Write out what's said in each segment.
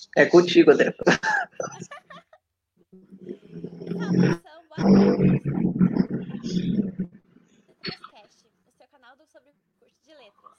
É contigo, André. Saudação, boa tarde. Letras Cast, o seu canal sobre curso de letras.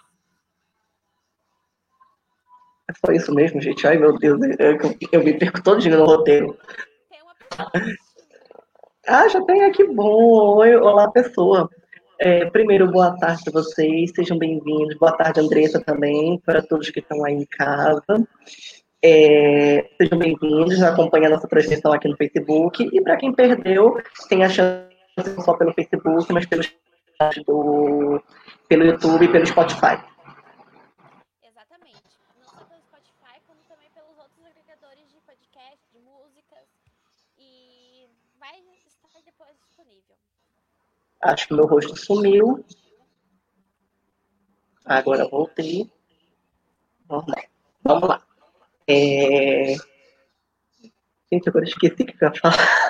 É só isso mesmo, gente. Ai, meu Deus. Eu me perco todo dia no roteiro. Tem uma pessoa assistindo. Ah, já tem aqui. Bom. Oi, olá, pessoa. Primeiro, boa tarde a vocês. Sejam bem-vindos. Boa tarde, Andressa, também, para todos que estão aí em casa. Sejam bem-vindos. Acompanhe a nossa transmissão aqui no Facebook. E para quem perdeu, tem a chance não só pelo Facebook, mas pelo YouTube e pelo Spotify. Exatamente. Não só pelo Spotify, como também pelos outros agregadores de podcast, de músicas. E vai estar depois disponível. Acho que meu rosto sumiu. Agora voltei. Vamos lá. É... Gente, agora esqueci o que eu ia falar.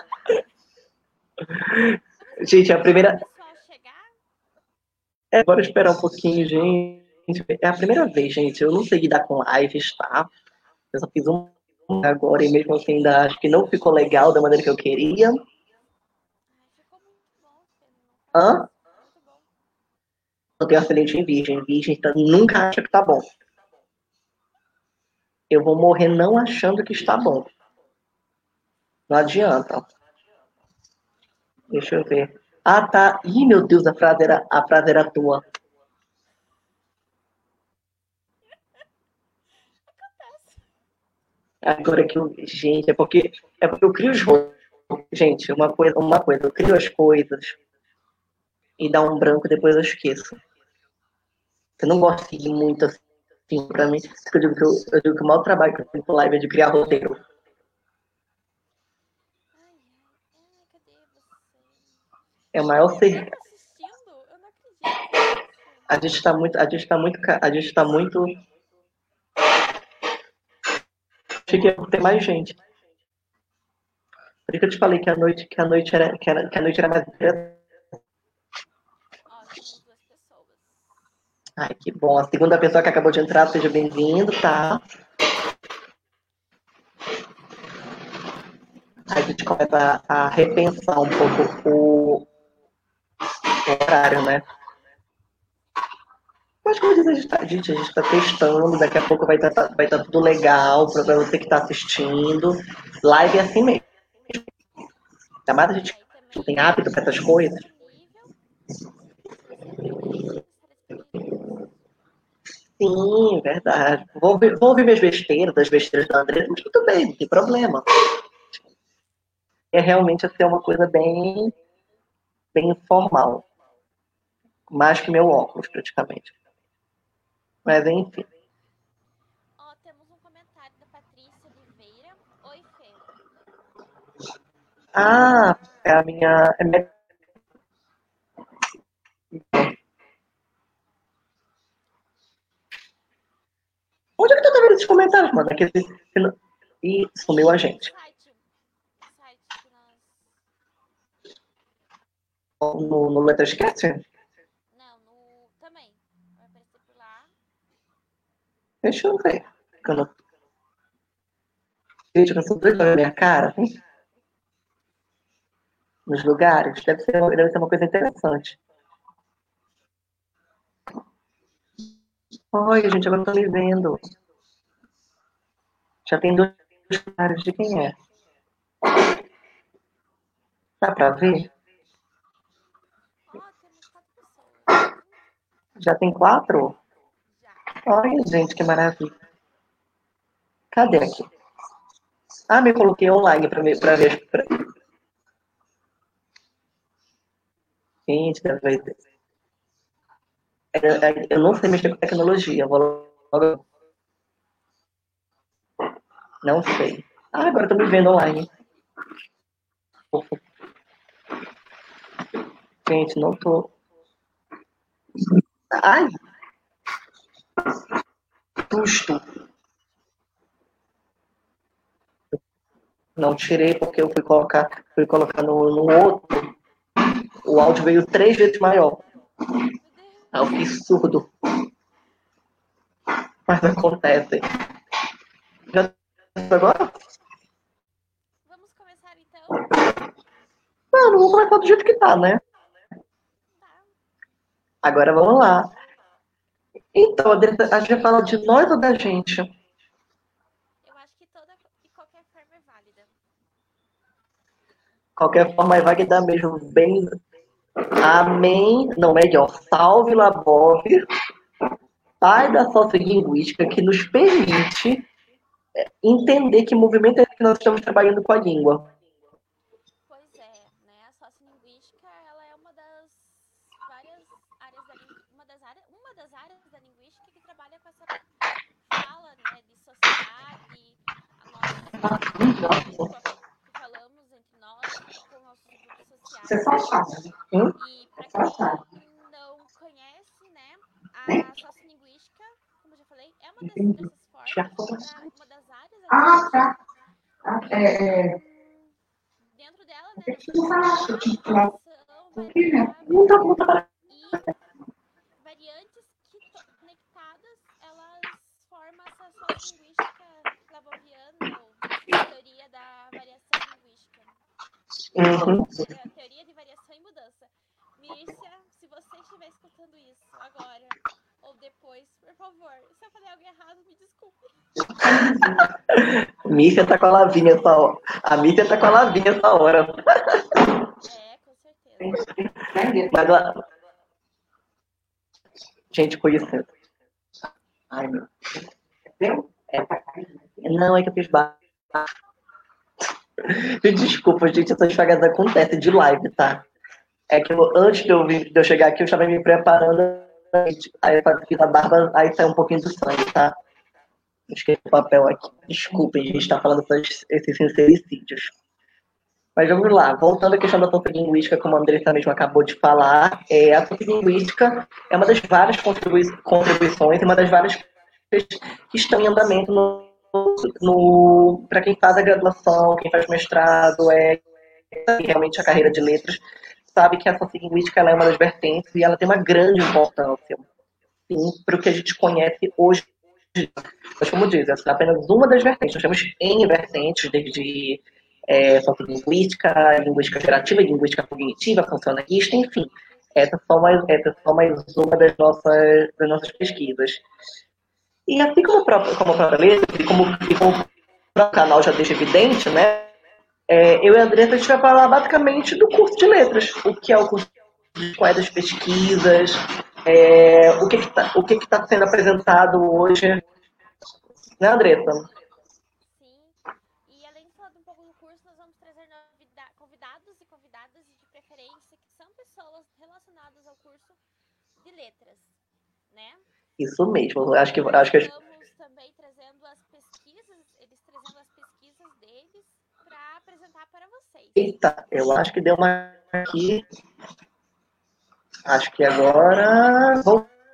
Vamos Gente, esperar a o primeira. pessoal chegar? Agora esperar um pouquinho, gente. É a primeira vez, gente. Eu não sei lidar com lives, tá? Eu só fiz um agora e mesmo assim ainda acho que não ficou legal da maneira que eu queria. Ai, ficou muito bom, Fê. Não fala Hã? isso. Ficou muito bom. Eu tenho acidente em virgem. Virgem nunca acha que tá bom. Eu vou morrer não achando que está bom. Não adianta. Deixa eu ver. Ah, tá. Ih, meu Deus, a frase era tua. Acontece. Agora que eu. Gente, é porque eu crio os rostos. Gente, uma coisa, eu crio as coisas e dá um branco e depois eu esqueço. Eu não gosto de ir muito assim pra mim. Eu digo que o maior trabalho que eu tenho com live é de criar roteiro. Ai, ai, ai, cadê você? É o Gente, maior tem ser. tanto assistindo. Eu não acredito nisso. A gente tá muito. A gente tá muito. A gente tá muito. Achei que ia ter mais gente. Por isso que eu te falei que a noite era mais interessante. Ó, temos duas pessoas. Ai, que bom. A segunda pessoa que acabou de entrar, seja bem-vindo, tá? Aí a gente começa a repensar um pouco o horário, né? Mas como diz, a gente tá testando, daqui a pouco vai tá tudo legal pra você que tá assistindo. Live é assim mesmo. Ainda mais a gente É, e não também tem vai hábito pra estar essas coisas. disponível. Se você perder, vai estar disponível depois. Sim, verdade. Vou ouvir minhas besteiras, das besteiras da Andressa, mas tudo bem, não tem problema. É realmente ser uma coisa bem, bem informal. Mais que meu óculos, praticamente. Mas enfim. Ó, temos um comentário da Patrícia Oliveira. Oi, Fê. Ah, é a minha. Onde é que tu tá vendo esses comentários, mano? Ih, sumiu a No gente. site. No site que nós. No Letrascast? Não, no. Também. Vai aparecer por lá. Deixa eu ver. Eu não- Gente, eu não sou doida pra ver minha cara, hein? Nos lugares. Deve ser uma coisa interessante. Olha, gente, agora eu tô me vendo. Já tem dois caras de quem é. Dá pra ver? Ó, temos quatro pessoas. Já tem quatro? Já. Olha, gente, que maravilha. Cadê aqui? Ah, me coloquei online pra ver. Gente, eu não sei mexer com tecnologia. Não sei. Ah, agora eu tô me vendo online. Gente, não tô. Ai, susto. Não tirei porque eu fui colocar no outro. O áudio veio 3 vezes maior. Meu Aí eu Deus. fiquei surdo. Mas acontece. Já agora? Vamos começar então? Não vou começar do jeito que tá, né? Tá. Agora vamos lá. Então, Adriana, a gente vai falar de nós ou da gente? Eu acho que toda e qualquer forma é válida. Qualquer forma, vai que dá mesmo bem. Amém. Não, melhor. Salve Labov, pai da sociolinguística, que nos permite entender que movimento é que nós estamos trabalhando com a língua. Pois é, né? A sociolinguística, ela é uma das várias áreas da uma das áreas da linguística que trabalha com essa fala, né, de sociedade, a nossa que falamos entre nós e com nossos grupos sociais. E para quem não conhece, né, a sociolinguística, como eu já falei, é uma dessas formas, uma das áreas da linguística. Dentro dela, né, nós temos comunicação, variáveis e variantes que conectadas, elas formam essa sociolinguística lavoviana, ou teoria da variação linguística. Teoria de variação e mudança. Mírcia, se você estiver escutando isso agora ou depois, por favor, se eu falei algo errado, me desculpe. Mírcia tá com a Lavinha essa hora. A Mírcia tá com a Lavinha essa hora. É, com certeza. Mas ela... Gente, com licença. Ai, meu Deus. Não, é que eu fiz baixo. Desculpa, gente, essas falhas acontecem de live, tá? É que antes de eu chegar aqui, eu estava me preparando. Aí eu fiz a barba, aí saiu um pouquinho do sangue, tá? Esqueci o papel aqui. Desculpem, a gente tá falando esses sincericídios. Mas vamos lá, voltando à questão da sociolinguística, como a Andressa mesmo acabou de falar, a sociolinguística é uma das várias contribuições e uma das várias que estão em andamento para quem faz a graduação, quem faz mestrado, realmente a carreira de letras, sabe que a sociolinguística ela é uma das vertentes e ela tem uma grande importância para o que a gente conhece hoje. Mas, como diz, essa é apenas uma das vertentes. Nós temos N vertentes, desde sociolinguística, linguística gerativa, linguística cognitiva, funcionalista, enfim. Essa é só mais uma das nossas pesquisas. E assim como a própria letra, e como o próprio canal já deixa evidente, né? Eu e a Andressa, a gente vai falar basicamente do curso de letras. O que é o curso de quais as pesquisas, o que está sendo apresentado hoje. Né, Andressa? Sim. E além de falar um pouco do curso, nós vamos trazer convidados e convidadas de preferência que são pessoas relacionadas ao curso de letras, né? Isso mesmo. Acho que estamos também trazendo as pesquisas, eles trazendo as pesquisas deles para apresentar para vocês. Eita, eu acho que deu uma aqui. Acho que agora.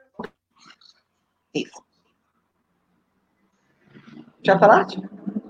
Isso. Já falaste?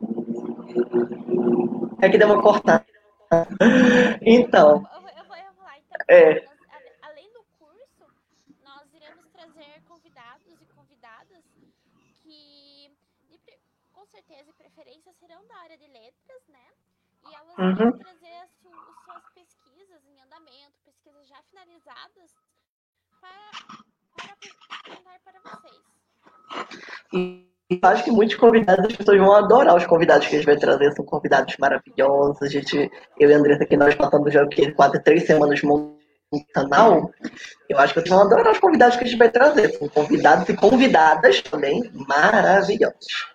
É que deu uma cortada. Então. Eu vou lá, então. Além do curso, nós iremos trazer convidados e convidadas que, com certeza e preferência, serão da área de letras, né? E elas vão trazer as suas pesquisas em andamento, pesquisas já finalizadas, para apresentar para vocês. E acho que muitos convidados, as pessoas vão adorar os convidados que a gente vai trazer, são convidados maravilhosos. Eu e a Andressa aqui, nós passamos já quase 3 semanas montando um canal. Eu acho que vocês vão adorar os convidados que a gente vai trazer. São convidados e convidadas também maravilhosos.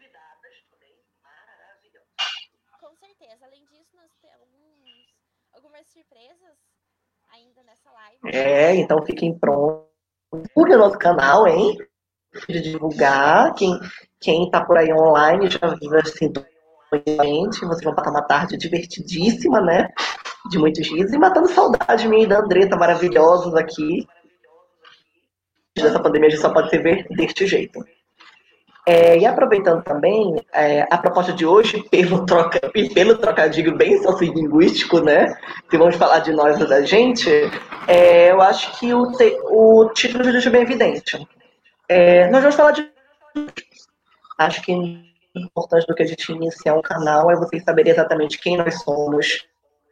Com certeza. Além disso, nós temos algumas surpresas ainda nessa live. Então fiquem prontos. Divulgue o nosso canal, hein? De divulgar. Quem tá por aí online já viu assim, vocês vão passar uma tarde divertidíssima, né? De muitos risos e matando saudade minha e da Andressa, maravilhosos aqui. Dessa pandemia a gente só pode se ver deste jeito. E aproveitando também a proposta de hoje, pelo trocadilho bem sociolinguístico, né? Se vamos falar de nós ou da gente, eu acho que o título já deixa bem evidente. Nós vamos falar de... Acho que importante do que a gente iniciar um canal é vocês saberem exatamente quem nós somos,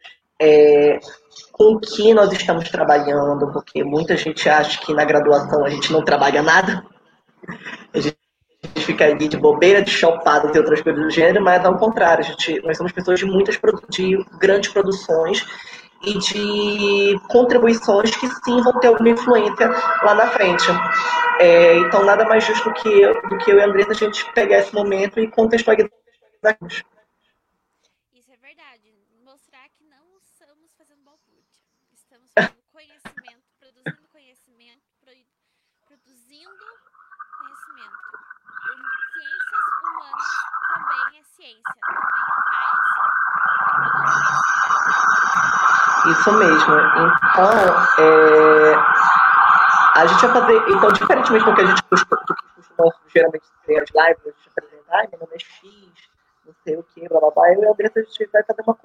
com que nós estamos trabalhando, porque muita gente acha que na graduação a gente não trabalha nada, a gente fica ali de bobeira, de chopada e outras coisas do gênero, mas ao contrário, nós somos pessoas de grandes produções e de contribuições que sim vão ter alguma influência lá na frente. Então, nada mais justo do que eu e a Andressa a gente pegar esse momento e contextualizar. Isso é verdade. Mostrar que não estamos fazendo balbúrdia. Estamos fazendo conhecimento, produzindo conhecimento, produzindo conhecimento. Ciências humanas também é ciência, também faz e produz conhecimento. Isso mesmo. Então, a gente vai fazer. Então, diferentemente do que a gente costuma geralmente ter as lives, a gente apresentar, meu nome é X, não sei o que, blá blá blá, eu e a Andressa a gente vai fazer uma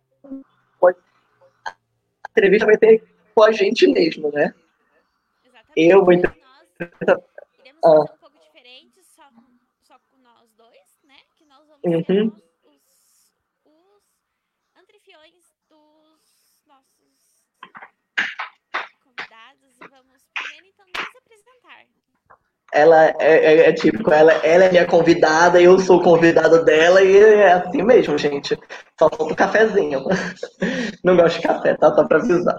a entrevista vai ter com a gente mesmo, né? Exatamente. Eu vou Hoje nós iremos fazer um pouco diferente, só com nós dois, né? Que nós vamos ser os anfitriões dos nossos convidados e vamos primeiro então nos apresentar. Ela é típico, ela é minha convidada, eu sou o convidado dela e é assim mesmo, gente. Só falta o cafezinho. Não gosto de café, tá? Só pra avisar.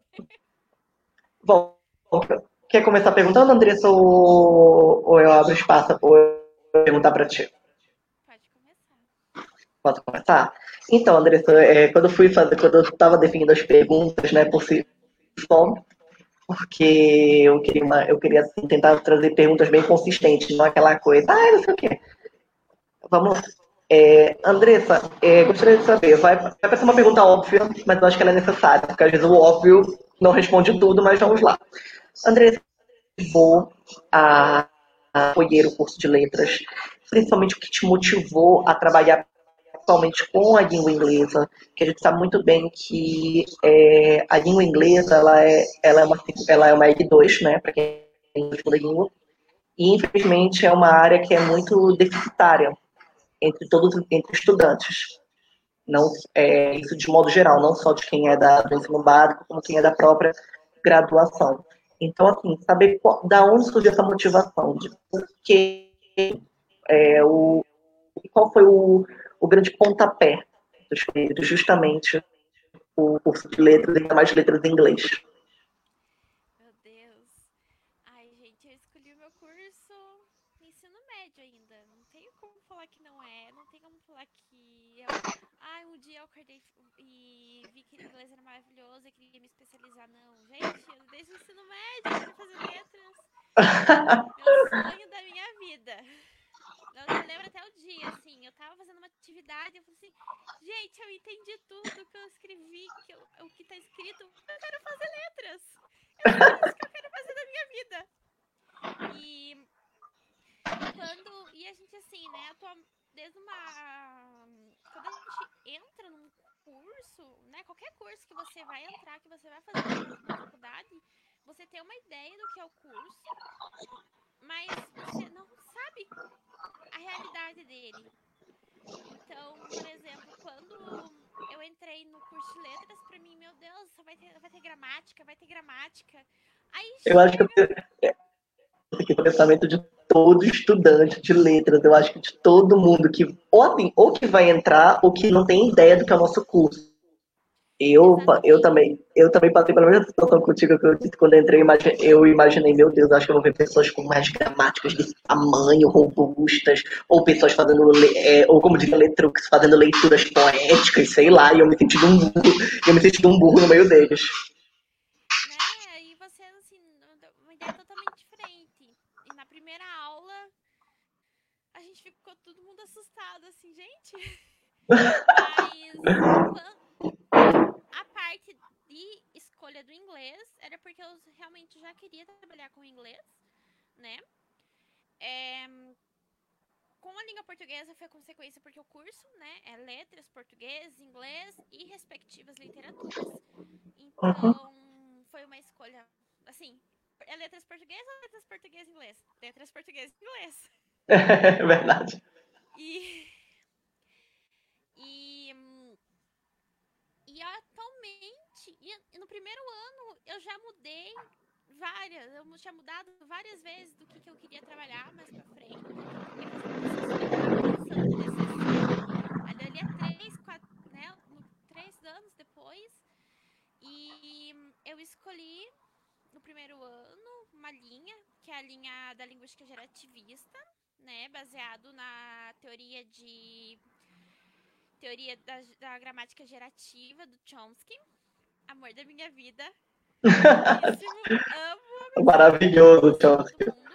Bom, quer começar perguntando, Andressa, ou eu abro espaço ou eu perguntar pra ti? Pode começar. Posso começar? Então, Andressa, quando eu estava definindo as perguntas, né, por si só, porque eu queria assim, tentar trazer perguntas bem consistentes, não aquela coisa, não sei o quê. Vamos lá. Andressa, gostaria de saber, vai parecer uma pergunta óbvia, mas eu acho que ela é necessária, porque às vezes o óbvio não responde tudo, mas vamos lá. Andressa, vou apoiar o curso de letras, principalmente o que te motivou a trabalhar principalmente com a língua inglesa, que a gente sabe muito bem que a língua inglesa ela é uma L2, né, para quem é segunda língua, e infelizmente é uma área que é muito deficitária entre estudantes. Não, isso de modo geral, não só de quem é do ensino básico, como quem é da própria graduação. Então, assim, saber da onde surgiu essa motivação, de por que, qual foi o grande pontapé do justamente o curso de letras, ainda mais letras em inglês. Meu Deus. Ai, gente, eu escolhi o meu curso no ensino médio ainda. Não tenho como falar que não é. Não tem como falar que eu. Ai, um dia eu acordei e vi que inglês era maravilhoso e queria me especializar. Não, gente, desde o ensino médio eu quero fazer letras. Meu sonho da minha vida. Eu lembro até o dia, assim, eu tava fazendo uma atividade, eu falei assim, gente, eu entendi tudo que eu escrevi, o que tá escrito, eu quero fazer letras. É só isso que eu quero fazer da minha vida. E a gente, assim, né, desde quando a gente entra num curso, né, qualquer curso que você vai entrar, que você vai fazer na faculdade, você tem uma ideia do que é o curso, mas você não sabe a realidade dele. Então, por exemplo, quando eu entrei no curso de letras, pra mim, meu Deus, só vai ter gramática, vai ter gramática. Aí Eu acho que chega. esse é o pensamento de todo estudante de letras, eu acho que de todo mundo que, ou que vai entrar, ou que não tem ideia do que é o nosso curso. Eu também passei pela mesma situação contigo que eu disse quando eu entrei, eu imaginei, meu Deus, acho que eu vou ver pessoas com mais gramáticas desse tamanho, robustas, ou pessoas fazendo, ou como diz a Letrux, fazendo leituras poéticas, sei lá, e eu me sentindo um burro no meio deles. Né? E você, assim, uma ideia totalmente diferente. E na primeira aula, a gente ficou todo mundo assustado, assim, gente. Mas a parte de escolha do inglês era porque eu realmente já queria trabalhar com inglês, né? Com a língua portuguesa foi consequência porque o curso, né, é letras, português, inglês e respectivas literaturas. Então, foi uma escolha, assim, é letras português ou letras português inglês? Letras português inglês. É verdade. E, e, e atualmente, no primeiro ano, eu já mudei eu tinha mudado várias vezes do que eu queria trabalhar mais pra frente, que eu queria fazer no TCC, eu tava pensando no TCC, ali é 3 anos depois, e eu escolhi no primeiro ano uma linha, que é a linha da linguística gerativista, né, baseado na teoria da gramática gerativa do Chomsky, amor da minha vida, amadíssimo, amo Maravilhoso, acima de todo Chomsky. mundo.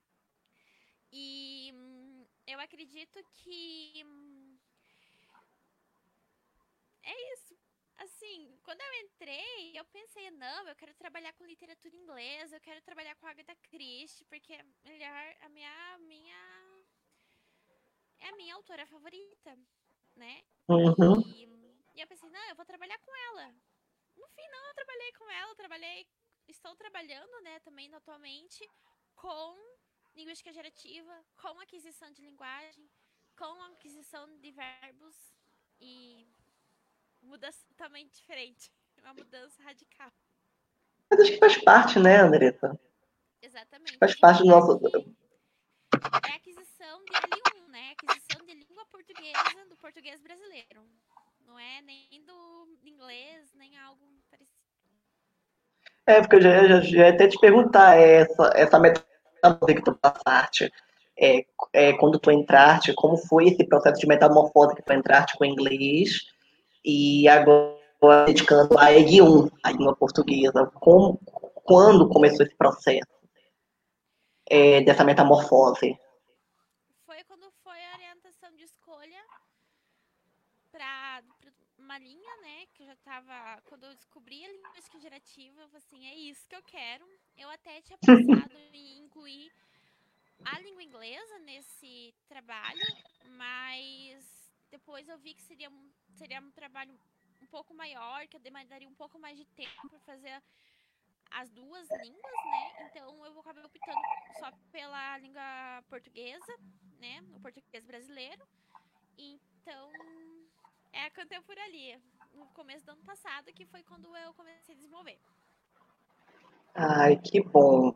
E eu acredito que é isso. Assim, quando eu entrei, eu pensei, não, eu quero trabalhar com literatura inglesa, eu quero trabalhar com Agatha Christie, porque é a minha autora favorita, né? Uhum. E eu pensei, não, eu vou trabalhar com ela. No fim, não, eu trabalhei com ela, estou trabalhando, né, também atualmente com linguística gerativa, com aquisição de linguagem, com aquisição de verbos e mudança totalmente diferente. Uma mudança radical. Mas acho que faz parte, né, Andressa? Exatamente. A Faz gente parte do vê nosso. que é aquisição de L1, né? Aquisição de língua portuguesa do português brasileiro. Não é nem do inglês, nem algo parecido. É, porque eu já ia até te perguntar, essa metamorfose que tu passaste, quando tu entraste, como foi esse processo de metamorfose que tu entraste com o inglês e agora dedicando a EG1, a língua portuguesa, quando começou esse processo dessa Foi, metamorfose? foi quando foi a orientação de escolha para uma linha, né, que eu já tava, quando eu descobri a linguística gerativa, eu falei assim, é isso que eu quero. Eu até tinha pensado em incluir a língua inglesa nesse trabalho, mas depois eu vi que seria um trabalho um pouco maior, que eu demandaria um pouco mais de tempo para fazer as duas línguas, né? Então eu acabei optando só pela língua portuguesa, né? O português brasileiro. Então cantei por ali, no começo do ano passado, que foi quando eu comecei a desenvolver. Ai, que bom.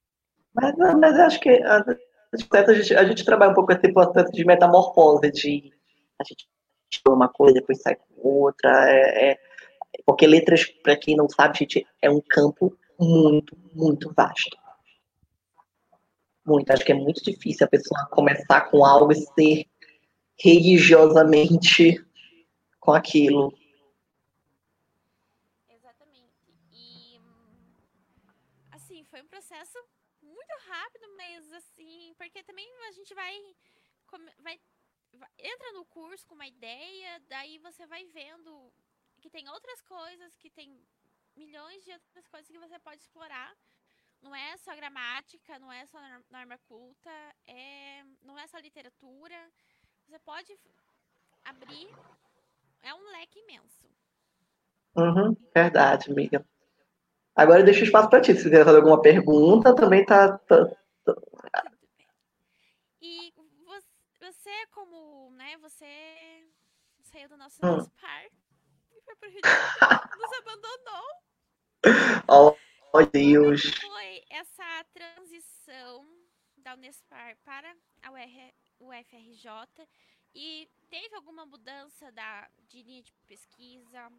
Mas eu acho que a gente trabalha um pouco esse processo de metamorfose, de a gente tira uma coisa, depois sai com outra. Porque letras, para quem não sabe, gente, é um campo muito, muito vasto. Muito. Acho que é muito difícil a pessoa começar com algo e ser religiosamente com aquilo. Exatamente. E assim, foi um processo muito rápido, mas assim, porque também a gente entra no curso com uma ideia, daí você vai vendo que tem outras coisas, que tem milhões de outras coisas que você pode explorar. Não é só gramática, não é só norma culta, não é só literatura. Você pode abrir, é um leque imenso. Uhum, verdade, amiga. Agora eu deixo espaço para ti. Se quiser fazer alguma pergunta, também tá. Tudo bem. E você como, né, você saiu do Hum. nosso par e foi pro Rio de Janeiro, nos abandonou. Oh, Como é Deus. que foi essa transição da Unespar para a UFRJ? E teve alguma mudança de linha de pesquisa?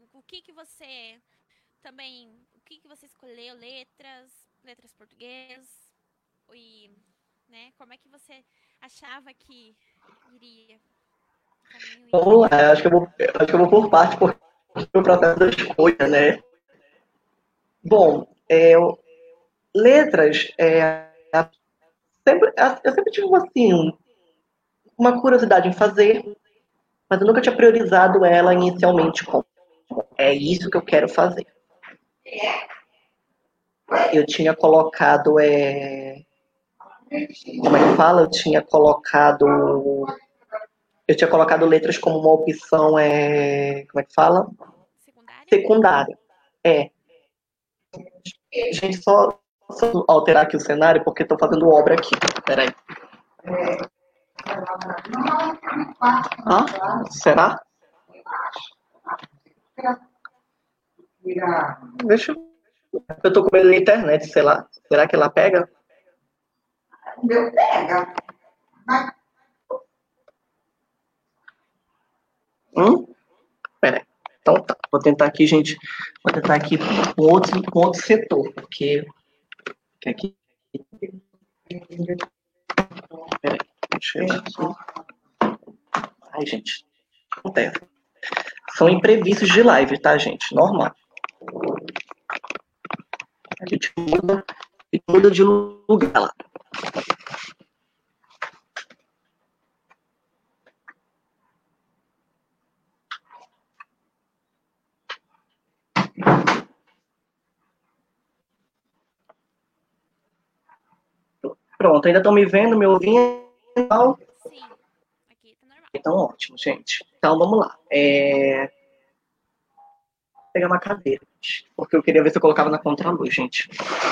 O que que você escolheu? Letras português? E, né, como é que você achava que iria? O caminho Vamos lá, iria acho que eu vou por parte, porque o processo da escolha, né? Bom, letras, eu sempre tive assim, uma curiosidade em fazer, mas eu nunca tinha priorizado ela inicialmente como é isso que eu quero fazer. Eu tinha colocado, como é que fala? Eu tinha colocado letras como uma opção, como é que fala? secundária? Secundária. É, gente, só alterar aqui o cenário porque estou fazendo obra aqui. Peraí. Ah, será? Deixa eu. Eu tô com medo da internet, sei lá. Será que ela pega? Meu pega. Pera aí. Então tá. Vou tentar aqui, gente. Vou tentar aqui com outro setor. Porque aqui. Pera aí. Deixa eu aqui. Ai, gente. Acontece. São imprevistos de live, tá, gente? Normal. A gente muda de lugar lá. Pronto, ainda estão me vendo, me ouvindo? Sim, aqui tá normal. Então, ótimo, gente. Então, vamos lá. Vou pegar uma cadeira, porque eu queria ver se eu colocava na contraluz, gente.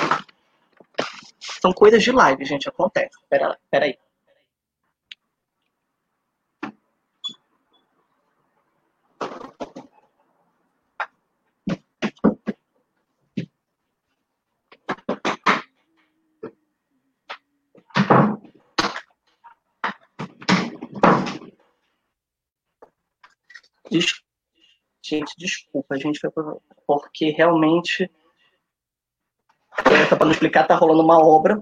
São coisas de live, gente, acontece. Pera aí. Gente, desculpa, gente, porque realmente, só para não explicar, tá rolando uma obra.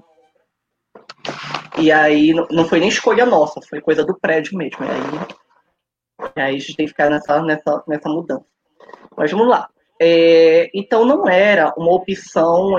E aí não foi nem escolha nossa, foi coisa do prédio mesmo. E aí a gente tem que ficar nessa mudança. Mas vamos lá. Então não era uma opção.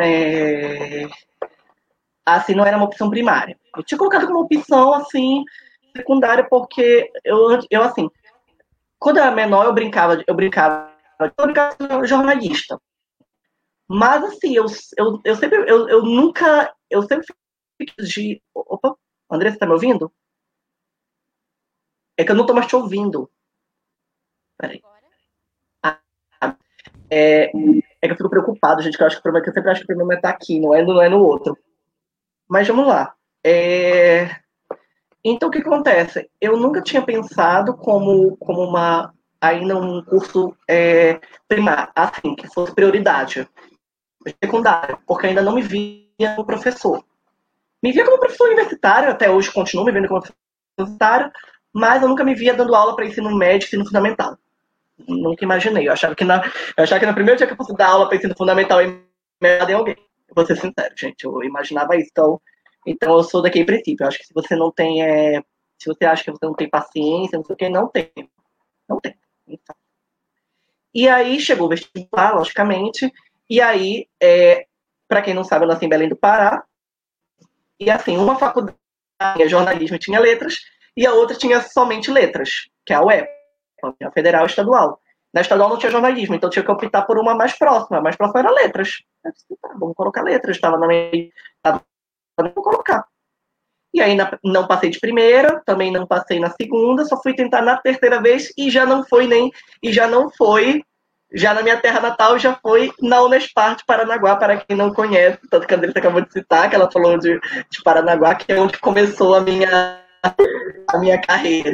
Assim, não era uma opção primária. Eu tinha colocado como opção assim, secundária, porque eu assim, quando eu era menor, eu brincava de jornalista. Mas assim, eu nunca, eu sempre fiz de. Opa, André, você tá me ouvindo? É que eu não tô mais te ouvindo. Peraí. É que eu fico preocupado, gente, que eu acho que o problema é que eu sempre acho que o problema tá aqui, não é no outro. Mas vamos lá. Então, o que acontece? Eu nunca tinha pensado como ainda um curso primário, assim, que fosse prioridade, secundário, porque ainda não me via como professor. Me via como professor universitário, até hoje continuo me vendo como professor universitário, mas eu nunca me via dando aula para ensino médio e ensino fundamental. Nunca imaginei. Eu achava que no primeiro dia que eu fosse dar aula para ensino fundamental eu ia em alguém. Vou ser sincero, gente. Eu imaginava isso. Então eu sou daquele princípio. Eu acho que se você não tem. Se você acha que você não tem paciência, não sei o que, não tem. Não tem. Então. E aí chegou o vestibular, logicamente. E aí, para quem não sabe, eu nasci em Belém do Pará. E assim, uma faculdade tinha jornalismo e tinha letras, e a outra tinha somente letras, que é a UEP, a Federal Estadual. Na estadual não tinha jornalismo, então tinha que optar por uma mais próxima. A mais próxima era letras. Eu disse, tá, vamos colocar letras. Estava na minha. Vou colocar. E aí não passei de primeira, também não passei na segunda, só fui tentar na terceira vez e já não foi já na minha terra natal, já foi na Unespar de Paranaguá, para quem não conhece, tanto que a Andressa acabou de citar, que ela falou de Paranaguá, que é onde começou a minha carreira.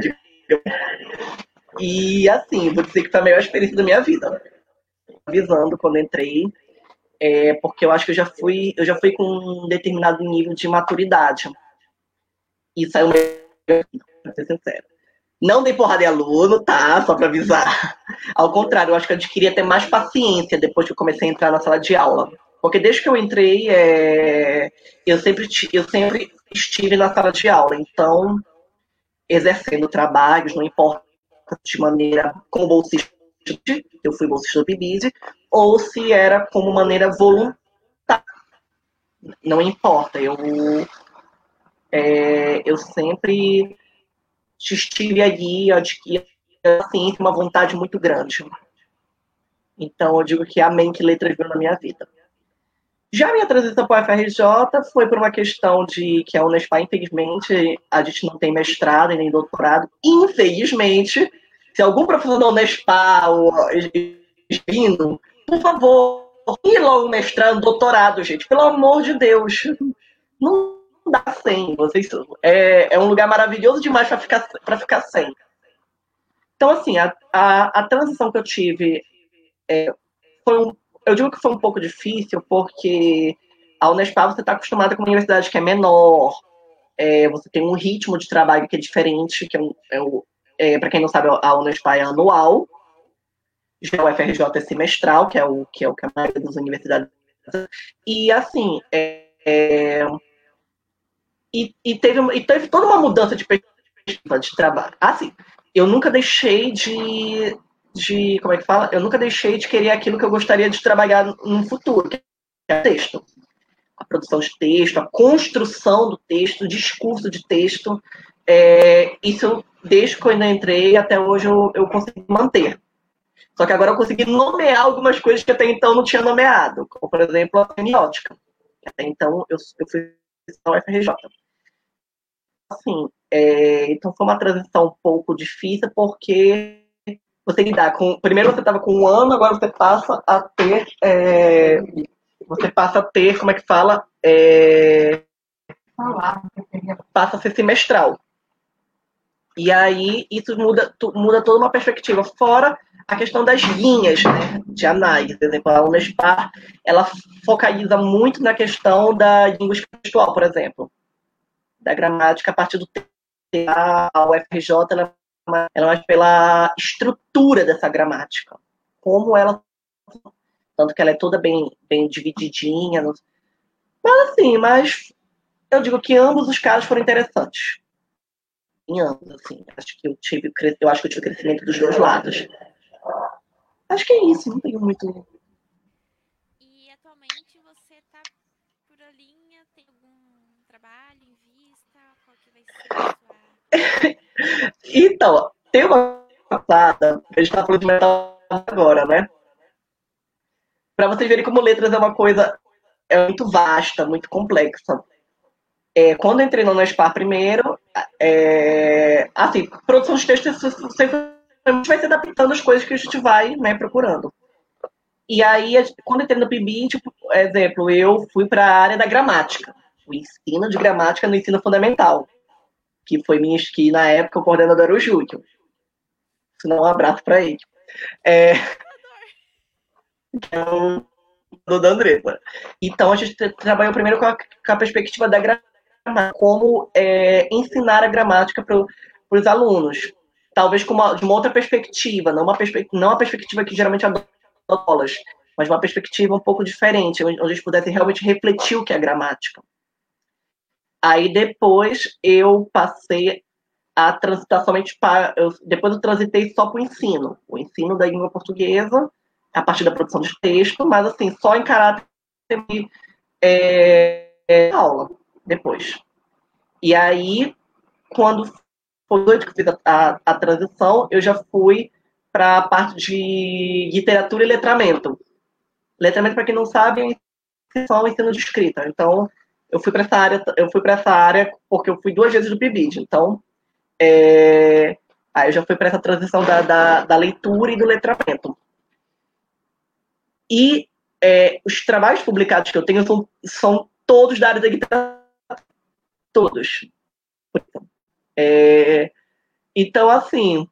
E assim, vou dizer que foi a melhor experiência da minha vida. Avisando quando entrei, porque eu acho que eu já fui com um determinado nível de maturidade. E saiu melhor, pra ser sincero. Não dei porrada em aluno, tá? Só pra avisar. Ao contrário, eu acho que eu adquiri até mais paciência depois que eu comecei a entrar na sala de aula. Porque desde que eu entrei, eu sempre estive na sala de aula. Então, exercendo trabalhos, não importa de maneira como bolsista, eu fui bolsista do PIBID, ou se era como maneira voluntária. Não importa, eu sempre estive ali, eu adquiri assim, uma vontade muito grande. Então, eu digo que amém que letras veio na minha vida. Já a minha transição para a UFRJ foi por uma questão de que a Unespar, infelizmente, a gente não tem mestrado e nem doutorado. Infelizmente, se algum professor da Unespar vindo, por favor, ir logo mestrado, doutorado, gente. Pelo amor de Deus. Não dá tem. É um lugar maravilhoso demais para ficar sem. Então, assim, a transição que eu tive eu digo que foi um pouco difícil, porque a Unespar você está acostumada com uma universidade que é menor, você tem um ritmo de trabalho que é diferente, que para quem não sabe, a Unespar é anual, já o FRJ é semestral, que é o que a maioria das universidades. E assim, teve toda uma mudança de perspectiva de trabalho. Assim, eu nunca deixei como é que fala? Eu nunca deixei de querer aquilo que eu gostaria de trabalhar no futuro, que é o texto. A produção de texto, a construção do texto, o discurso de texto. Isso, desde que eu ainda entrei até hoje, eu consegui manter. Só que agora eu consegui nomear algumas coisas que até então não tinha nomeado, como, por exemplo, a semiótica. Até então, eu fui na UFRJ. Assim, então foi uma transição um pouco difícil, porque você lidar com... Primeiro você estava com 1 ano, agora você passa a ter... como é que fala? Passa a ser semestral. E aí isso muda toda uma perspectiva. Fora a questão das linhas, né, de análise. Por exemplo, a Unespar, ela focaliza muito na questão da linguística textual, por exemplo. Da gramática a partir do texto. A UFRJ, ela é mais pela estrutura dessa gramática. Como ela... Tanto que ela é toda bem divididinha. Mas eu digo que ambos os casos foram interessantes. Em ambos, assim. Acho que eu tive crescimento dos dois lados. Acho que é isso, não tenho muito... E atualmente você está por a linha, tem algum trabalho em vista? Qual que vai ser a sua... Então, tem uma passada, a gente tá falando de metal agora, né? Para vocês verem como letras é uma coisa muito vasta, muito complexa. Quando eu entrei no Unespar primeiro, assim, produção de texto sempre vai se adaptando às coisas que a gente vai, né, procurando. E aí, quando eu entrei no PIB, tipo, exemplo, eu fui para a área da gramática, o ensino de gramática no ensino fundamental, que foi que na época o coordenador era o Júlio. Um abraço para ele. Do Andressa. Então a gente trabalhou primeiro com a perspectiva da gramática, como ensinar a gramática para os alunos, talvez de uma outra perspectiva, não a perspectiva que geralmente adota aulas, mas uma perspectiva um pouco diferente, onde eles pudessem realmente refletir o que é gramática. Aí depois eu passei a transitar somente depois eu transitei só para o ensino da língua portuguesa, a partir da produção de texto, mas assim, só em caráter de aula, depois. E aí, quando foi que eu fiz a transição, eu já fui para a parte de literatura e letramento. Letramento, para quem não sabe, é só o ensino de escrita. Então, eu fui para essa área porque eu fui 2 vezes do PIBID. Então, aí eu já fui para essa transição da leitura e do letramento. E os trabalhos publicados que eu tenho são todos da área da literatura. Todos. Então, assim,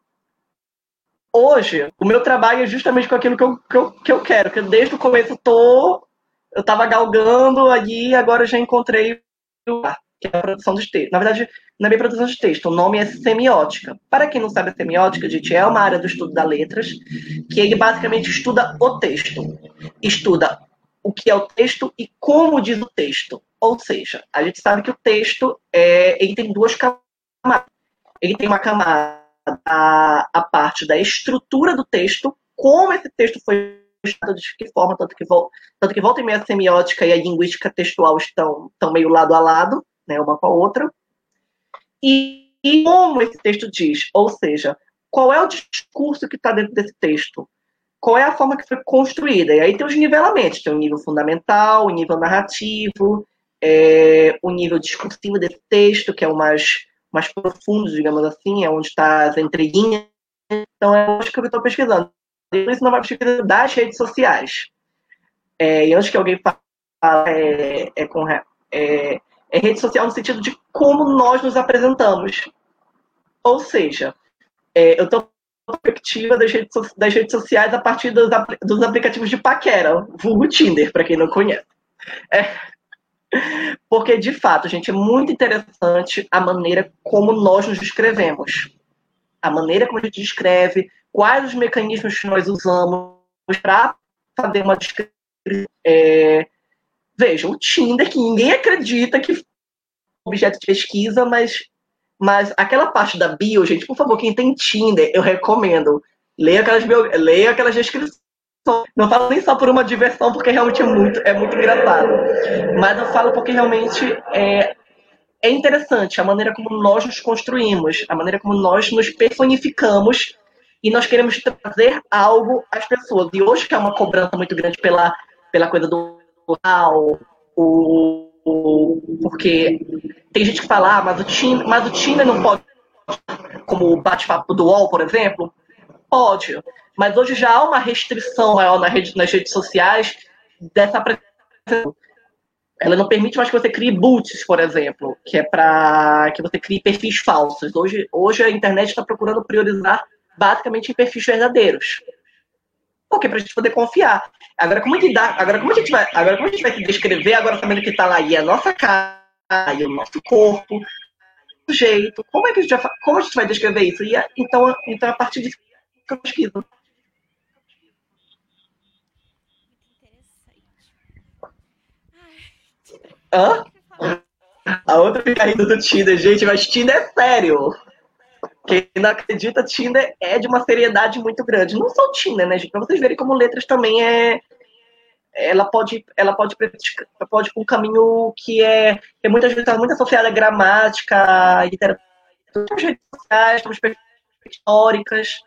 hoje, o meu trabalho é justamente com aquilo que eu quero, que desde o começo eu estava galgando ali, agora eu já encontrei que é a produção de texto. Na verdade, não é bem produção de texto, o nome é semiótica. Para quem não sabe, a semiótica, gente, é uma área do estudo das letras, que ele basicamente estuda o texto. Estuda o que é o texto e como diz o texto. Ou seja, a gente sabe que o texto ele tem 2 camadas. Ele tem uma camada, a parte da estrutura do texto, como esse texto foi estudado, de que forma, tanto que volta e meia a semiótica e a linguística textual estão meio lado a lado, né, uma com a outra. E como esse texto diz, ou seja, qual é o discurso que está dentro desse texto? Qual é a forma que foi construída? E aí tem os nivelamentos, tem o nível fundamental, o nível narrativo, o nível discursivo desse texto, que é o mais profundo, digamos assim, é onde está as entrelinhas. Então é onde que eu estou pesquisando. Isso não vai pesquisar das redes sociais. E antes que alguém fale É rede social no sentido de como nós nos apresentamos. Ou seja, eu estou na perspectiva das redes sociais a partir dos aplicativos de paquera, vulgo Tinder, para quem não conhece. Porque, de fato, gente, é muito interessante a maneira como nós nos descrevemos. A maneira como a gente descreve, quais os mecanismos que nós usamos para fazer uma descrição. Veja, o Tinder, que ninguém acredita que é objeto de pesquisa, mas aquela parte da bio, gente, por favor, quem tem Tinder, eu recomendo. Leia aquelas descrições. Não falo nem só por uma diversão, porque realmente é muito engraçado. Mas eu falo porque realmente é interessante a maneira como nós nos construímos, a maneira como nós nos personificamos e nós queremos trazer algo às pessoas. E hoje que é uma cobrança muito grande pela coisa do rural, porque tem gente que fala, mas o Tinder não pode, como o bate-papo do UOL, por exemplo, pode. Mas hoje já há uma restrição maior nas redes sociais dessa apresentação. Ela não permite mais que você crie boots, por exemplo, que é para que você crie perfis falsos. Hoje a internet está procurando priorizar basicamente em perfis verdadeiros. Porque para a gente poder confiar. Agora como a gente vai se descrever agora sabendo que está lá aí a nossa cara e o nosso corpo, o jeito, como a gente vai descrever isso? Então a partir disso que eu pesquiso. Hã? A outra fica rindo do Tinder, gente, mas Tinder é sério. Quem não acredita, Tinder é de uma seriedade muito grande. Não só o Tinder, né, gente? Pra vocês verem como letras também ela pode ir para um caminho que muitas vezes está muito associado à gramática, à literatura, às redes sociais, às históricas.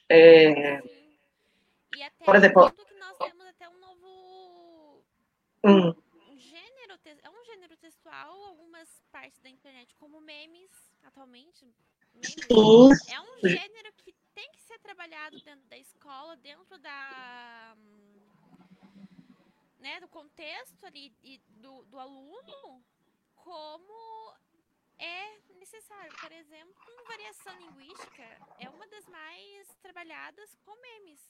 E até Por exemplo, ponto que nós temos até um novo gênero, é um gênero textual, algumas partes da internet, como memes, atualmente. Memes é um gênero que tem que ser trabalhado dentro da escola, dentro do contexto ali do aluno, como é necessário. Por exemplo, variação linguística é uma das mais trabalhadas com memes.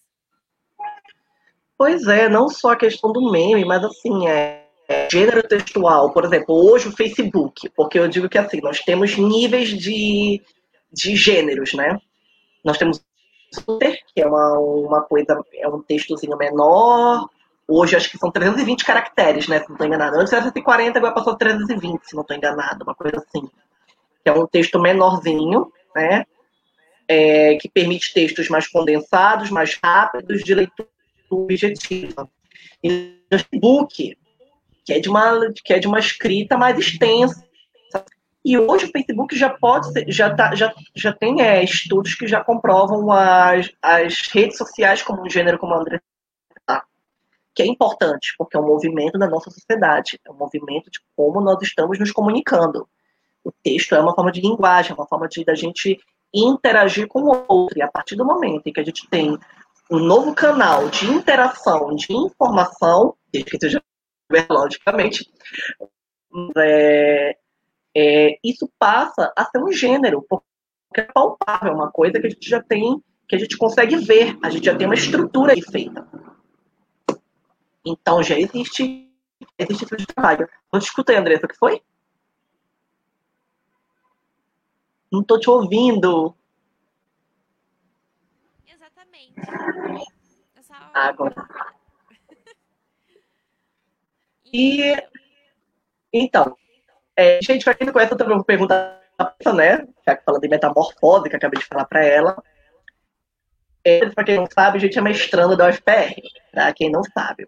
Pois é, não só a questão do meme, mas assim, gênero textual. Por exemplo, hoje o Facebook, porque eu digo que assim, nós temos níveis de gêneros, né? Nós temos o Twitter, que é uma coisa, é um textozinho menor. Hoje acho que são 320 caracteres, né? Se não estou enganado. Antes era 140, agora passou 320, se não estou enganado, uma coisa assim. Que é um texto menorzinho, né? Que permite textos mais condensados, mais rápidos, de leitura objetiva. E o Facebook, que é de uma escrita mais extensa. E hoje o Facebook já tem estudos que já comprovam as redes sociais como um gênero, como a André tá, que é importante, porque é um movimento da nossa sociedade, é um movimento de como nós estamos nos comunicando. O texto é uma forma de linguagem, é uma forma da gente interagir com o outro. E a partir do momento em que a gente tem um novo canal de interação, de informação, desde que seja logicamente, isso passa a ser um gênero, porque é palpável, uma coisa que a gente já tem, que a gente consegue ver, a gente já tem uma estrutura aí feita. Então já existe esse tipo de trabalho. Não te escutei, Andressa, o que foi? Não estou te ouvindo. Exatamente. Agora. E então, gente, para quem não conhece, eu também vou perguntar, né? Já que falando de metamorfose, que eu acabei de falar para ela. Para quem não sabe, a gente é mestranda da UFPR, para quem não sabe.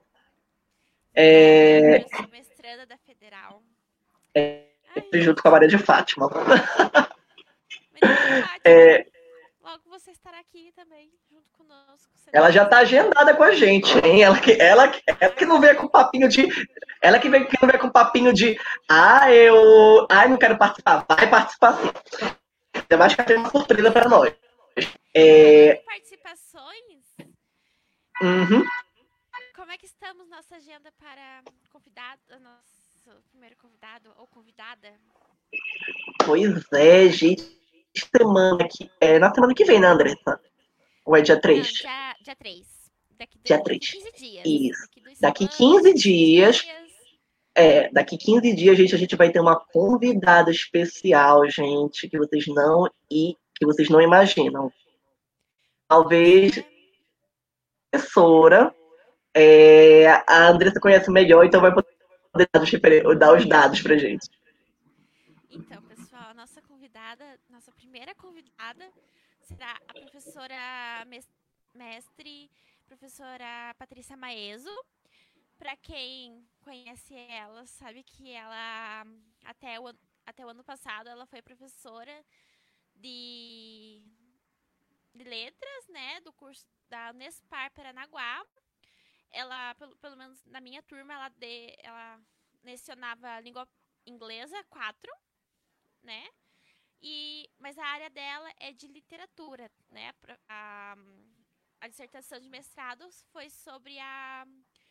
Eu sou mestranda da Federal. Junto com a Maria de Fátima. Maria de Fátima, logo você estará aqui também, junto conosco. Ela já está agendada com a gente, hein? Ela que não vem com papinho de... Ela que não vem com papinho de... não quero participar. Vai participar sim. Ainda mais que tem uma surpresa para nós. Participações? Uhum. Como é que estamos nossa agenda para convidados, primeiro convidado ou convidada? Pois é, gente. Na semana que vem, né, Andressa? Ou é dia Não, 3? dia 3. Dia Daqui 3. 15 dias. Isso. Daqui 2 Daqui semanas, 15 15 dias. dias. Daqui 15 dias, gente, a gente vai ter uma convidada especial, gente, que vocês não imaginam. Talvez É. professora. A Andressa conhece melhor, então vai poder dar os dados pra gente. Então, pessoal, a nossa convidada, nossa primeira convidada será a professora mestre, professora Patrícia Maeso. Para quem conhece ela, sabe que ela até o ano passado ela foi professora de, de letras, né, do curso da Unespar Paranaguá. Ela, pelo menos na minha turma, ela lecionava língua inglesa 4, né? Mas a área dela é de literatura, né? A dissertação de mestrado foi sobre a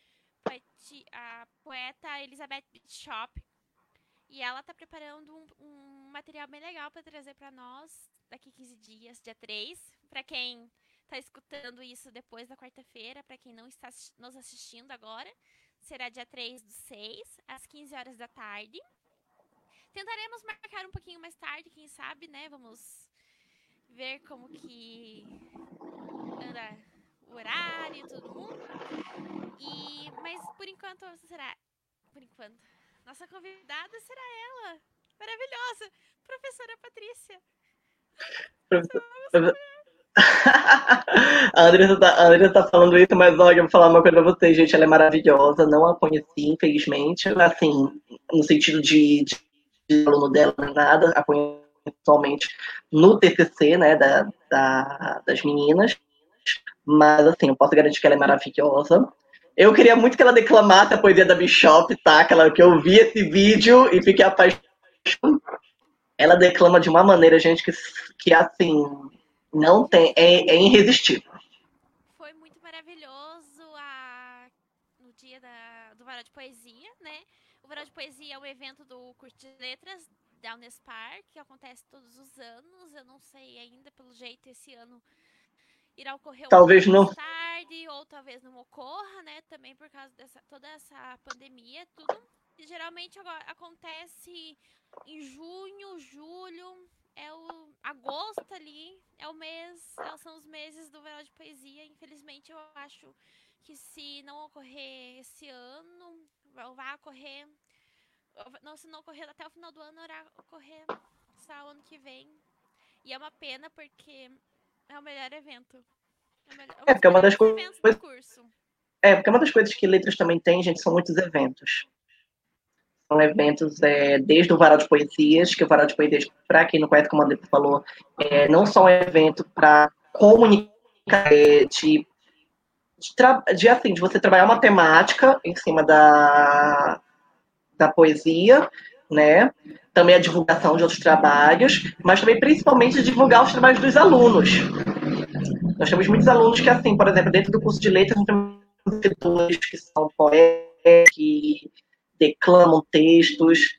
poeta Elizabeth Bishop. E ela tá preparando um material bem legal para trazer para nós daqui 15 dias, dia 3. Para quem tá escutando isso depois da quarta-feira, para quem não está nos assistindo agora, será dia 3/6, às 15 horas da tarde. Tentaremos marcar um pouquinho mais tarde, quem sabe, né? Vamos ver como que anda o horário e todo mundo. Mas por enquanto será. Por enquanto. Nossa convidada será ela. Maravilhosa. Professora Patrícia. A Andressa tá falando isso, mas olha, eu vou falar uma coisa pra vocês, gente. Ela é maravilhosa. Não a conheci, infelizmente. Assim, no sentido de aluno dela, nem nada. A conheci somente no TCC, né, das meninas. Mas, assim, eu posso garantir que ela é maravilhosa. Eu queria muito que ela declamasse a poesia da Bishop, tá? Que eu vi esse vídeo e fiquei apaixonada. Ela declama de uma maneira, gente, que assim, não tem. É irresistível. Foi muito maravilhoso no dia do Varal de Poesia, né? O Varal de Poesia é um evento do curso de letras da Unespar, que acontece todos os anos. Eu não sei ainda, pelo jeito, esse ano irá ocorrer um Talvez pouco não. mais tarde, ou talvez não ocorra, né? Também por causa toda essa pandemia, tudo. E geralmente agora acontece em junho, julho, agosto ali, são os meses do Verão de Poesia. Infelizmente, eu acho que se não ocorrer esse ano, vai ocorrer, não, se não ocorrer até o final do ano, irá ocorrer só o ano que vem. E é uma pena porque é o melhor evento. É um dos Porque é uma das melhores coisas. eventos do curso. Porque uma das coisas que letras também tem, gente, são muitos eventos. São eventos desde o Varal de Poesias, que o Varal de Poesias, para quem não conhece, como a André falou, não só um evento para comunicar, de você trabalhar uma temática em cima da poesia, né? Também a divulgação de outros trabalhos, mas também principalmente divulgar os trabalhos dos alunos. Nós temos muitos alunos que, assim, por exemplo, dentro do curso de letras, nós temos escritores que são poetas, que declamam textos,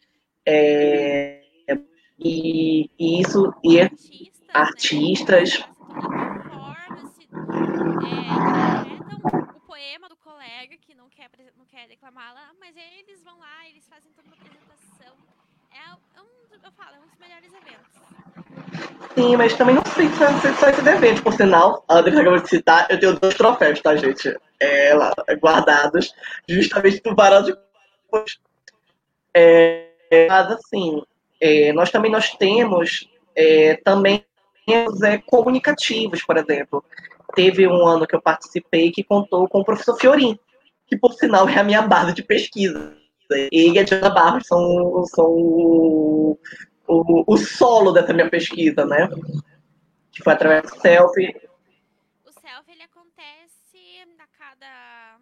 e isso e Artistas, artistas. né? Fazem toda a performance, interpretam o poema do colega que não quer declamar lá, mas eles vão lá, eles fazem toda uma apresentação. É um dos melhores eventos. Sim, mas também não sei se só esse evento, por sinal, a André acabou de citar, eu tenho 2 troféus, tá, gente? Guardados, justamente do Varal de mas assim, nós temos também comunicativos, por exemplo. Teve um ano que eu participei que contou com o professor Fiorin, que por sinal é a minha base de pesquisa. Ele e a Diana Barros são o solo dessa minha pesquisa, né? Que foi através do selfie. O selfie ele acontece a cada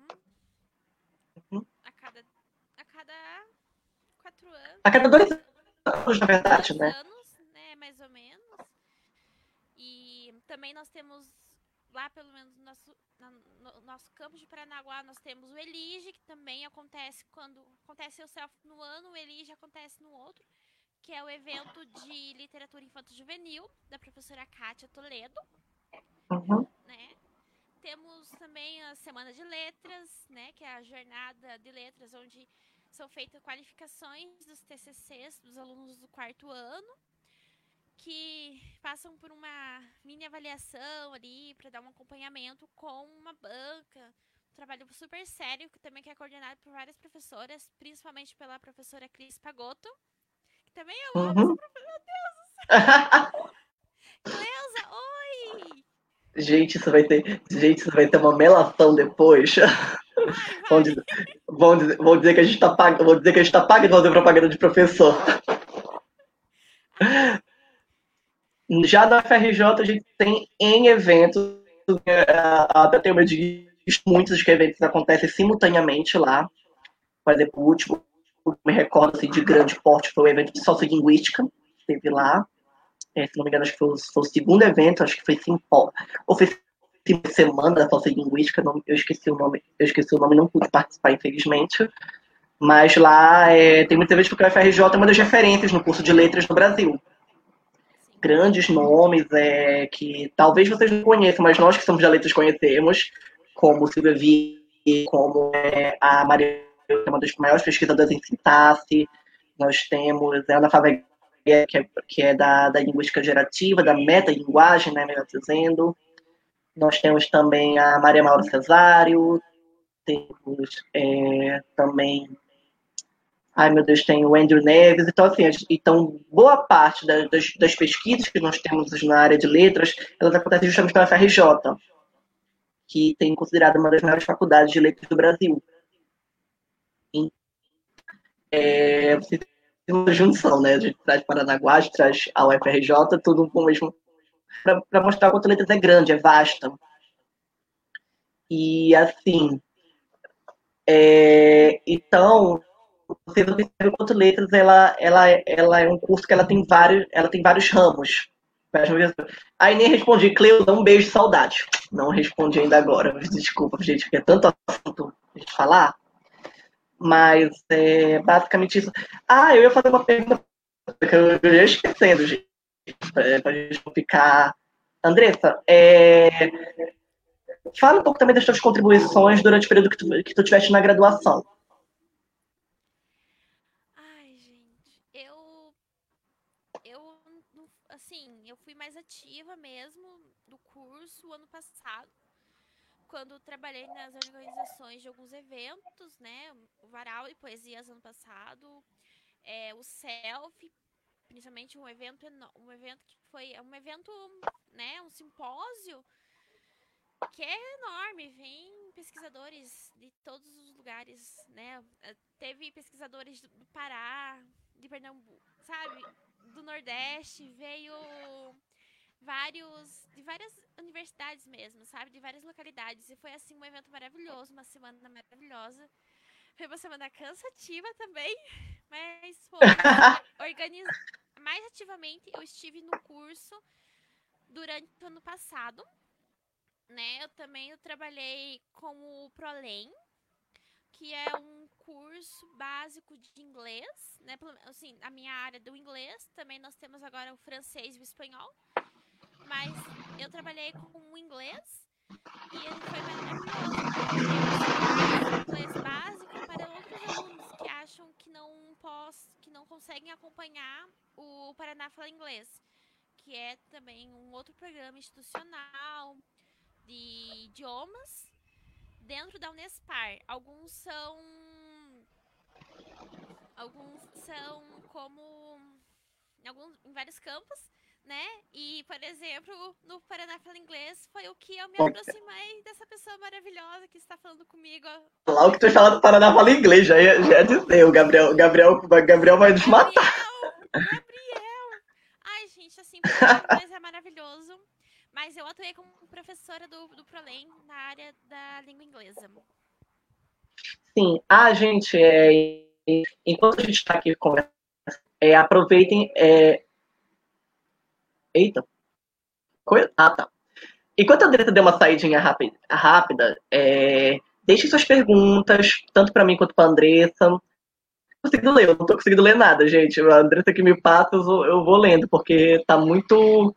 a cada 4 anos. A cada 2 anos, na verdade, 2 né? anos, né, mais ou menos. E também nós temos lá, pelo menos no nosso no nosso campus de Paranaguá, nós temos o Elige, que também acontece quando acontece o CELF no ano, o Elige acontece no outro, que é o evento de literatura infanto-juvenil, da professora Kátia Toledo, né? Temos também a Semana de Letras, né, que é a jornada de letras, onde são feitas qualificações dos TCCs dos alunos do 4º ano, que passam por uma mini avaliação ali para dar um acompanhamento com uma banca, um trabalho super sério, que também é coordenado por várias professoras, principalmente pela professora Cris Pagotto, que também eu amo essa professora, meu Deus! Cleusa, oi! Gente, isso vai ter uma melação depois. Vai. Vão dizer que a gente tá pagando, fazer propaganda de professor. Ai. Já na FRJ a gente tem N eventos, até tem muitos que eventos acontecem simultaneamente lá. Por exemplo, o último, me recordo assim, de grande porte foi o evento de sociolinguística, que teve lá. Se não me engano, acho que foi o segundo evento, acho que foi ou foi semana da sociolinguística, eu esqueci o nome, não pude participar, infelizmente. Mas lá tem muitas vezes porque a FRJ é uma das referências no curso de letras no Brasil. Grandes nomes que talvez vocês não conheçam, mas nós que somos de letras conhecemos, como Silvia Vigue, como a Maria, que é uma das maiores pesquisadoras em sintaxe. Nós temos a Ana Favega, que é da linguística gerativa, da metalinguagem, né, melhor dizendo. Nós temos também a Maria Maura Cesário, temos também... Ai, meu Deus, tem o Andrew Neves. Então, assim, boa parte das pesquisas que nós temos na área de letras, elas acontecem justamente na FRJ, que tem considerado uma das maiores faculdades de letras do Brasil. Uma junção, né? A gente traz Paranaguá, a gente traz a UFRJ, tudo com o mesmo... para mostrar quanto a letras é grande, é vasta. E, assim... então... Vocês observam quanto letras ela é um curso que ela tem vários ramos. Aí nem respondi, Cleusa, um beijo, saudade. Não respondi ainda agora, desculpa, gente, porque é tanto assunto de falar. Mas basicamente isso. Eu ia fazer uma pergunta que eu ia esquecendo, gente, pra gente não ficar. Andressa, fala um pouco também das tuas contribuições durante o período que tu tiveste na graduação. Assim, eu fui mais ativa mesmo do curso ano passado, quando trabalhei nas organizações de alguns eventos, né? O Varal e Poesias ano passado, o CELF, principalmente um evento que foi um evento, né? Um simpósio que é enorme, vem pesquisadores de todos os lugares, né? Teve pesquisadores do Pará, de Pernambuco, sabe? Do Nordeste, veio de várias universidades mesmo, sabe? De várias localidades. E foi, assim, um evento maravilhoso, uma semana maravilhosa. Foi uma semana cansativa também, mas foi mais ativamente eu estive no curso durante o ano passado, né? Eu trabalhei com o ProLem, que é um curso básico de inglês, né? Assim, a minha área do inglês, também nós temos agora o francês e o espanhol, mas eu trabalhei com o inglês e ele foi maravilhoso, porque eu inglês básico para outros alunos que acham que não conseguem acompanhar o Paraná Fala Inglês, que é também um outro programa institucional de idiomas dentro da Unespar. Alguns são como em vários campos, né? E, por exemplo, no Paraná Fala Inglês foi o que eu me aproximei dessa pessoa maravilhosa que está falando comigo. Lá o que tu fala do Paraná fala inglês, já ia dizer, o Gabriel vai nos matar. Gabriel! Ai, gente, assim, o inglês é maravilhoso. Mas eu atuei como professora do ProLem na área da língua inglesa. Sim. Gente, enquanto a gente está aqui conversando, aproveitem... Eita. Tá. Enquanto a Andressa deu uma saidinha rápida, deixe suas perguntas, tanto para mim quanto para a Andressa. Não consigo ler, eu não tô conseguindo ler nada, gente. A Andressa que me passa, eu vou lendo, porque tá muito.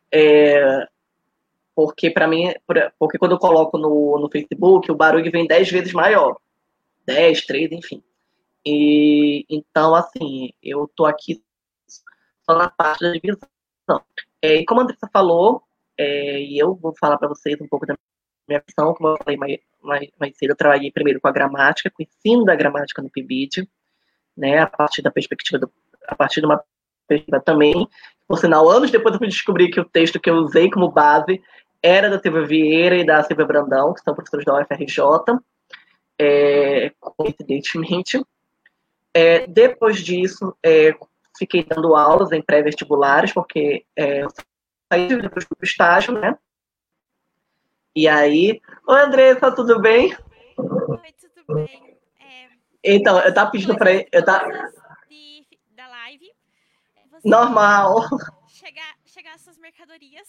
Porque para mim, porque quando eu coloco no Facebook, o barulho vem 10 vezes maior. 10, 3, enfim. E então, assim, eu tô aqui só na parte da divisão. E como a Andressa falou, e eu vou falar para vocês um pouco da minha missão, como eu falei mais cedo, eu trabalhei primeiro com a gramática, com o ensino da gramática no PIBID, né, a partir de uma perspectiva também. Por sinal, anos depois eu fui descobrir que o texto que eu usei como base era da Silvia Vieira e da Silvia Brandão, que são professores da UFRJ, coincidentemente. Depois disso, fiquei dando aulas em pré-vestibulares, porque eu saí depois do estágio, né? E aí, oi Andressa, tudo bem? Oi, tudo bem? Então, eu tava pedindo pra ele. Da live. Normal. Chegar essas mercadorias.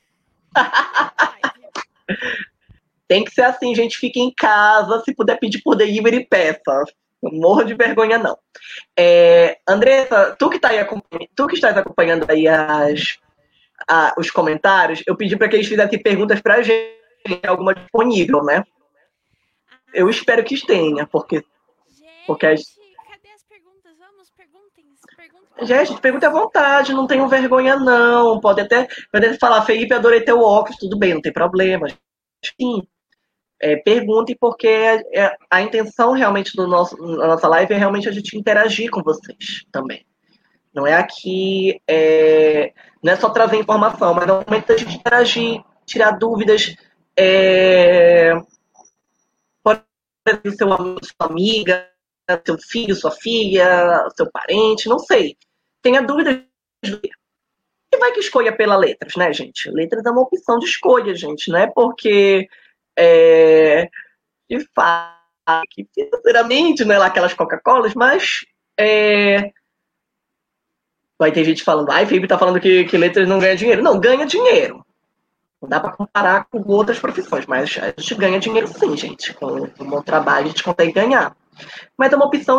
Tem que ser assim, gente. Fique em casa. Se puder pedir por delivery, peça. Não morro de vergonha, não. Andressa, tu que estás acompanhando aí os comentários, eu pedi para que eles fizessem perguntas pra gente, alguma disponível, né? Eu espero que tenha, porque. Gente, cadê as perguntas? Vamos, perguntem. Gente, pergunta à vontade, não tenham vergonha, não. Pode até falar, Felipe, adorei teu óculos, tudo bem, não tem problema. Sim. Perguntem, porque a intenção realmente da nossa live é realmente a gente interagir com vocês também. Não é aqui, não é só trazer informação, mas é o momento da gente interagir, tirar dúvidas. Pode ser seu amigo, sua amiga, seu filho, sua filha, seu parente, não sei. Tenha dúvidas. E vai que escolha pela letras, né, gente? Letras é uma opção de escolha, gente. Não é porque de fato, que financeiramente não é lá aquelas Coca-Colas, mas vai ter gente falando, Felipe tá falando que letras não ganha dinheiro. Não, ganha dinheiro. Não dá para comparar com outras profissões, mas a gente ganha dinheiro sim, gente. Com um bom trabalho a gente consegue ganhar. Mas é uma opção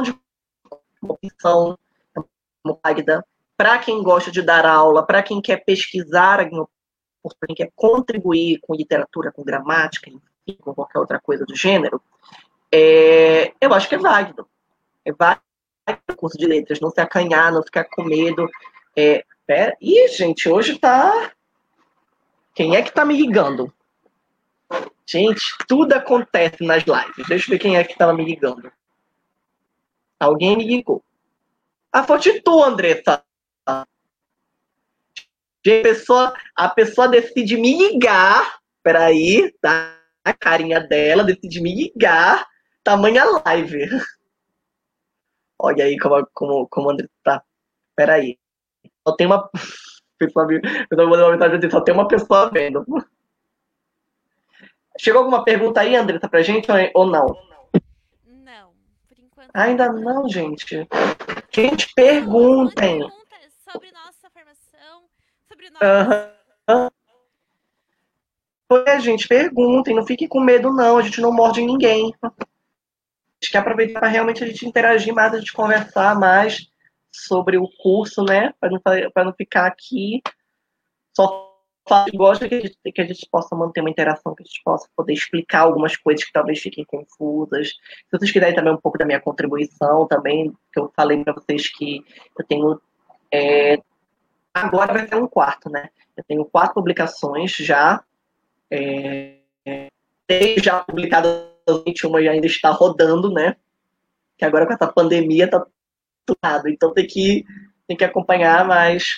válida para quem gosta de dar aula, para quem quer pesquisar, para quem quer contribuir com literatura, com gramática, enfim, com qualquer outra coisa do gênero. Eu acho que é válido. É válido o curso de letras, não se acanhar, não ficar com medo. Ih, gente, hoje tá. Quem é que tá me ligando? Gente, tudo acontece nas lives. Deixa eu ver quem é que tava me ligando. Alguém me ligou. Foi tu, Andressa. A pessoa decide me ligar. Peraí, tá? A carinha dela decide me ligar. Tamanha live. Olha aí como o André tá. Peraí. Só tem uma pessoa. Eu tô mandando uma mensagem assim, só tem uma pessoa vendo. Chegou alguma pergunta aí, Andressa, pra gente ou não? Não, por enquanto. Ainda não, gente. Gente, perguntem. Perguntas sobre nossa formação, sobre nós. Gente, perguntem, não fiquem com medo, não. A gente não morde ninguém. A gente quer aproveitar para realmente a gente interagir mais, a gente conversar mais sobre o curso, né? Para não ficar aqui só gosta que a gente possa manter uma interação, que a gente possa poder explicar algumas coisas que talvez fiquem confusas. Se vocês quiserem também um pouco da minha contribuição também, que eu falei para vocês que eu tenho... agora vai ser um quarto, né? Eu tenho 4 publicações já. Já publicadas, 21 e ainda está rodando, né? Que agora com essa pandemia tá tudo errado. Então tem que acompanhar, mas...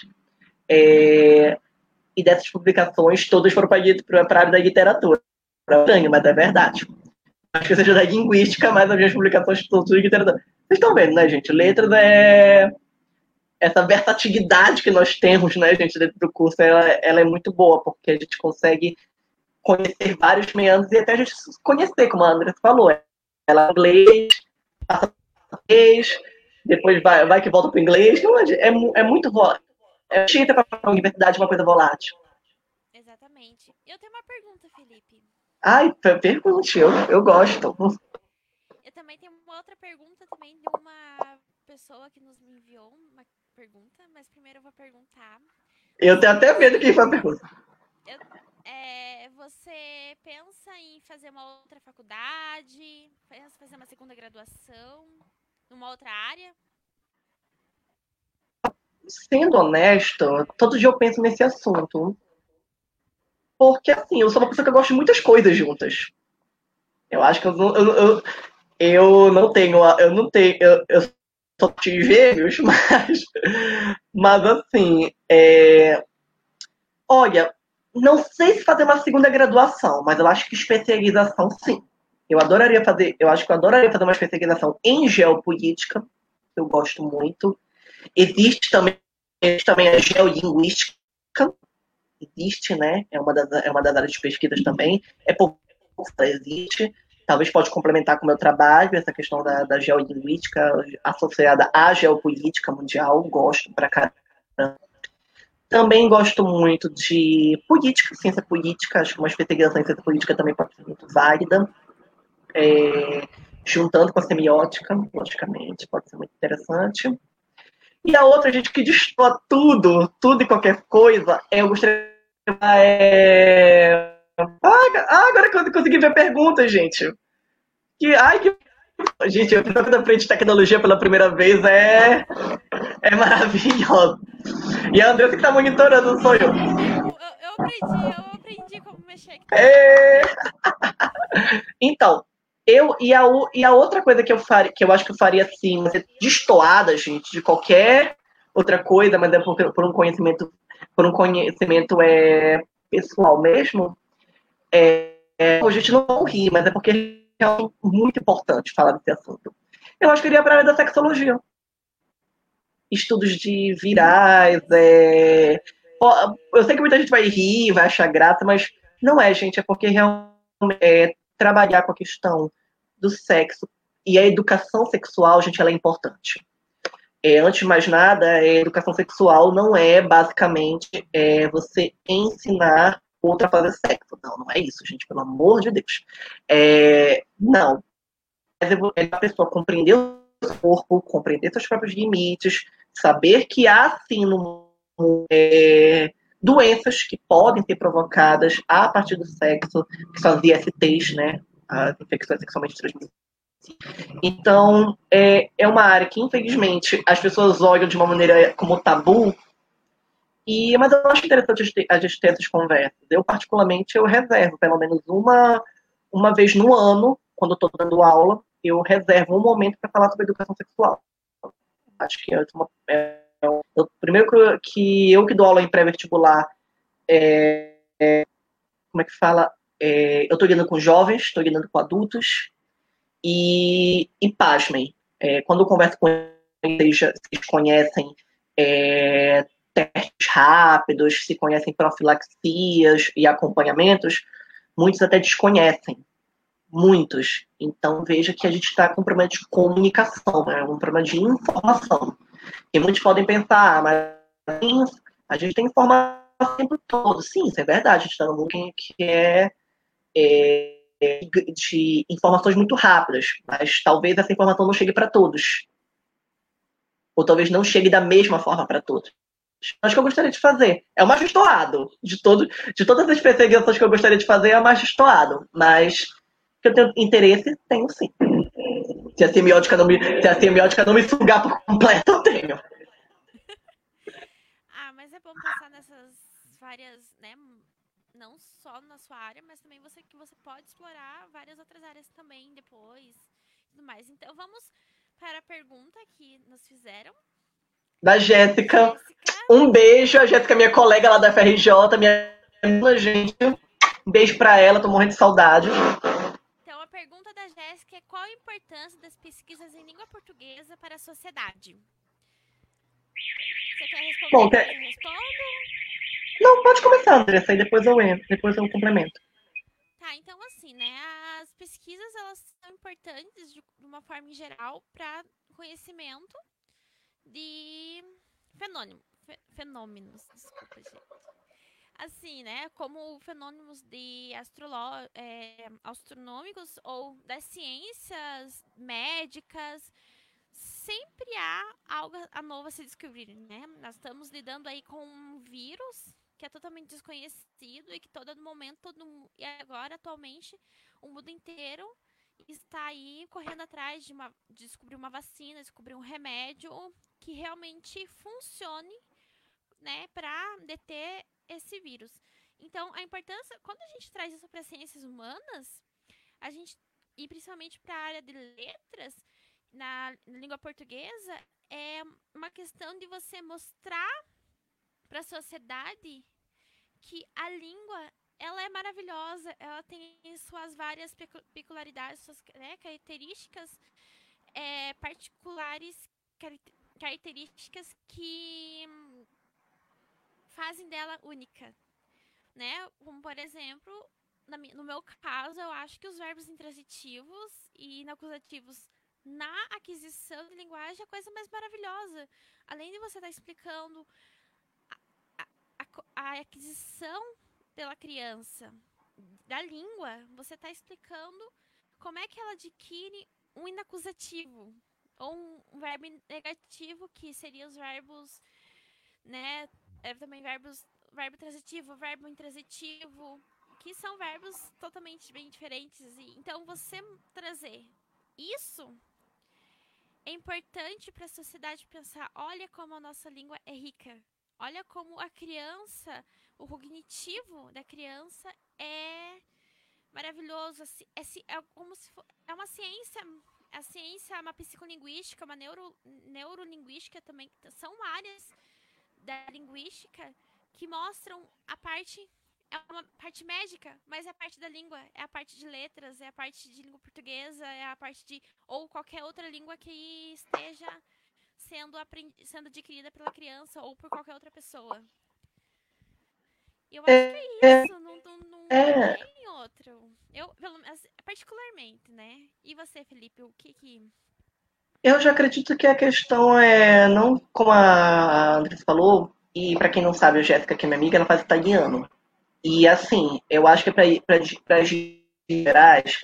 E dessas publicações, todas foram para a área da literatura. Estranho, mas é verdade. Acho que seja da linguística, mas as minhas publicações são tudo de literatura. Vocês estão vendo, né, gente? Letras essa versatilidade que nós temos, né, gente, dentro do curso, ela é muito boa, porque a gente consegue conhecer vários meandros e até a gente conhecer, como a Andressa falou. Ela é inglês, passa para inglês, depois vai que volta para o inglês. Então, é muito volátil. Chega para a universidade uma coisa volátil. Exatamente. Eu tenho uma pergunta, Felipe. Ai, pergunte, eu gosto. Eu também tenho uma outra pergunta também de uma pessoa que nos enviou uma pergunta, mas primeiro eu vou perguntar Eu se tenho até medo você, que vai perguntar. eu- você pensa em fazer uma outra faculdade, pensa em fazer uma segunda graduação, numa outra área? Sendo honesto, todo dia eu penso nesse assunto. Porque, assim, eu sou uma pessoa que gosta de muitas coisas juntas. Eu acho que eu não tenho. Eu não tenho. Eu só tive gêmeos, mas assim. Olha, não sei se fazer uma segunda graduação, mas eu acho que especialização sim. Eu acho que eu adoraria fazer uma especialização em geopolítica, eu gosto muito. Existe também a geolinguística, existe, né? É uma das áreas de pesquisas também. É pouco existe. Talvez pode complementar com o meu trabalho, essa questão da geolinguística associada à geopolítica mundial. Gosto pra caramba. Também gosto muito de política, ciência política. Acho que uma especialização em ciência política também pode ser muito válida. Juntando com a semiótica, logicamente, pode ser muito interessante. E a outra, gente, que destoa tudo, tudo e qualquer coisa, eu gostaria. Agora que eu consegui ver perguntas, gente. Que. Gente, eu tô na frente de tecnologia pela primeira vez é maravilhoso. E a Andressa que tá monitorando, não sou eu. Eu aprendi como mexer aqui no computador. É... Então, e a outra coisa que que eu acho que eu faria assim, destoada, gente, de qualquer outra coisa, mas é por um conhecimento pessoal mesmo, a gente não ri, mas é porque é muito importante falar desse assunto. Eu acho que eu iria para a área da sexologia. Estudos de virais, eu sei que muita gente vai rir, vai achar graça, mas não é, gente, é porque realmente trabalhar com a questão do sexo e a educação sexual, gente, ela é importante. Antes de mais nada, a educação sexual não é basicamente você ensinar outra a fazer sexo. Não, não é isso, gente, pelo amor de Deus. Não. É a pessoa compreender o seu corpo, compreender seus próprios limites, saber que há sim no mundo doenças que podem ser provocadas a partir do sexo, que são as ISTs, né? As infecções sexualmente transmissíveis. Então, é uma área que, infelizmente, as pessoas olham de uma maneira como tabu, mas eu acho interessante a gente ter essas conversas. Eu, particularmente, eu reservo pelo menos uma vez no ano, quando eu estou dando aula, eu reservo um momento para falar sobre educação sexual. Acho que o primeiro que eu que dou aula em pré-vestibular, como é que fala? Eu estou lidando com jovens, estou lidando com adultos, e pasmem, quando eu converso com eles, eles conhecem testes rápidos, se conhecem profilaxias e acompanhamentos, muitos até desconhecem. Muitos. Então veja que a gente está com um problema de comunicação, né? Um problema de informação. E muitos podem pensar, mas a gente tem informação o tempo todo. Sim, isso é verdade. A gente está num mundo que de informações muito rápidas, mas talvez essa informação não chegue para todos. Ou talvez não chegue da mesma forma para todos. Acho que eu gostaria de fazer. É o mais destoado. De todas as perseguições que eu gostaria de fazer, é o mais destoado. Mas que eu tenho interesse, tenho sim. Se a semiótica não me sugar por completo, eu tenho. Mas é bom pensar nessas várias, né? Não só na sua área, mas também que você pode explorar várias outras áreas também depois, tudo mais. Então vamos para a pergunta que nos fizeram. Da Jéssica. Jéssica. Um beijo, a Jéssica é minha colega lá da FRJ, minha gente. Um beijo pra ela, tô morrendo de saudade. Então a pergunta da Jéssica é: qual a importância das pesquisas em língua portuguesa para a sociedade? Você quer responder? Bom, Depois eu respondo? não, pode começar, Andressa, aí depois eu entro, depois eu complemento. Tá, então assim, né? As pesquisas elas são importantes de uma forma em geral para conhecimento de fenômenos. Desculpa, gente. assim, né, como fenômenos de astronômicos ou das ciências médicas, sempre há algo a novo a se descobrir, né? Nós estamos lidando aí com um vírus que é totalmente desconhecido e que todo momento, e agora atualmente, o mundo inteiro está aí correndo atrás de descobrir uma vacina, descobrir um remédio que realmente funcione, né, para deter esse vírus. Então, a importância, quando a gente traz isso para as ciências humanas, a gente, e principalmente para a área de letras, na língua portuguesa, é uma questão de você mostrar para a sociedade que a língua ela é maravilhosa, ela tem suas várias peculiaridades, suas, né, características particulares, características que fazem dela única, né? Como, por exemplo, no meu caso, eu acho que os verbos intransitivos e inacusativos na aquisição de linguagem é a coisa mais maravilhosa. Além de você estar explicando a aquisição pela criança da língua, você está explicando como é que ela adquire um inacusativo ou um verbo negativo, que seriam os verbos, né? Também verbo transitivo, verbo intransitivo, que são verbos totalmente bem diferentes. E, então, você trazer isso é importante para a sociedade pensar: olha como a nossa língua é rica. Olha como a criança, o cognitivo da criança é maravilhoso. É como se for, é uma ciência. A ciência é uma psicolinguística, uma neurolinguística também. São áreas da linguística que mostram a parte. É uma parte médica, mas é a parte da língua, é a parte de letras, é a parte de língua portuguesa, é a parte de. Ou qualquer outra língua que esteja sendo adquirida pela criança ou por qualquer outra pessoa. E eu acho que É, é é, isso, não é, tem outro. Eu, particularmente, né? E você, Felipe, o que. eu já acredito que a questão é, não como a Andressa falou, e para quem não sabe, a Jéssica, que é minha amiga, ela faz italiano. E assim, eu acho que para gerais,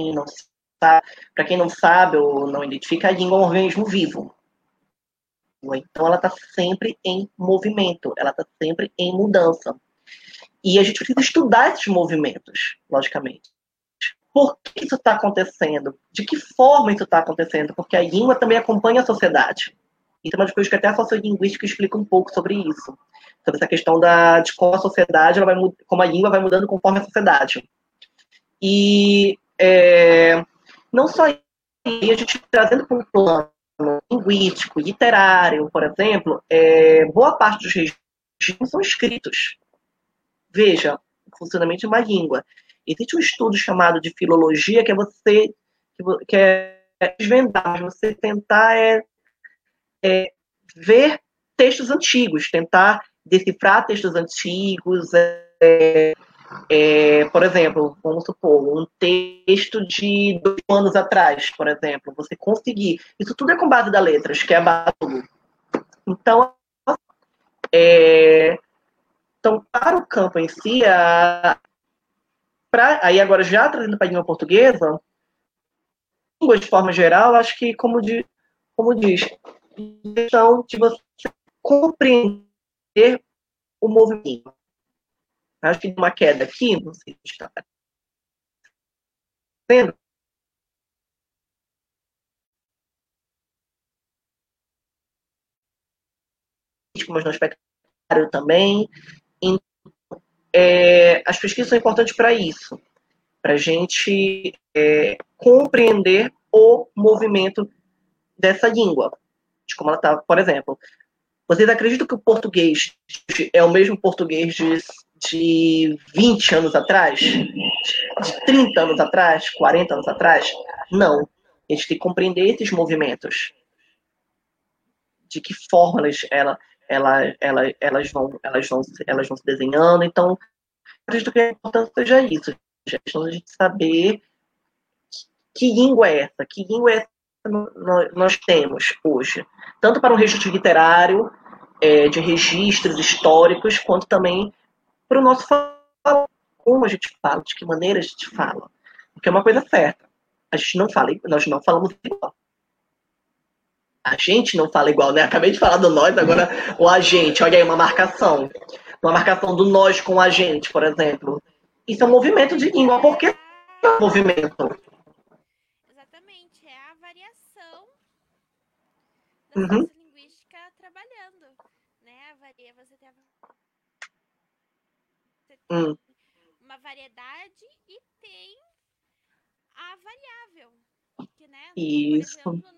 para quem não sabe ou não identifica, a língua é um organismo vivo. Então ela está sempre em movimento, ela está sempre em mudança. E a gente precisa estudar esses movimentos, logicamente. Por que isso está acontecendo? De que forma isso está acontecendo? Porque a língua também acompanha a sociedade. E tem uma coisa que até a sociolinguística explica um pouco sobre isso. Sobre essa questão de como a sociedade, como a língua vai mudando conforme a sociedade. E não só isso, a gente trazendo para um plano linguístico, literário, por exemplo, boa parte dos registros são escritos. Veja, o funcionamento de uma língua. Existe um estudo chamado de filologia, que é você que é desvendar, você tentar ver textos antigos, tentar decifrar textos antigos. Por exemplo, vamos supor, um texto de 2 anos atrás, por exemplo, você conseguir. Isso tudo é com base da letras, que é a base do. Então, para o campo em si, aí agora já trazendo para a língua portuguesa, língua de forma geral, acho que, como diz, questão de você compreender o movimento. Acho que uma queda aqui, não sei se está vendo, mas no aspecto também. As pesquisas são importantes para isso, para a gente compreender o movimento dessa língua, de como ela está, por exemplo. Vocês acreditam que o português é o mesmo português de 20 anos atrás? De 30 anos atrás? 40 anos atrás? Não. A gente tem que compreender esses movimentos. De que forma elas vão se desenhando. Então, acredito que é importante seja isso. A questão de a gente saber que língua é essa, que língua é essa que nós temos hoje. Tanto para um registro literário, de registros históricos, quanto também para o nosso falar, como a gente fala, de que maneira a gente fala. Porque é uma coisa certa. A gente não fala, nós não falamos igual. A gente não fala igual, né? Acabei de falar do nós, agora o agente. Olha aí, uma marcação. Uma marcação do nós com o agente, por exemplo. Isso é um movimento de língua. Por que é um movimento? Exatamente, é a variação da Uhum. sociolinguística trabalhando, né? Você tem Hum. uma variedade e tem a variável, que, né? Por Isso. exemplo,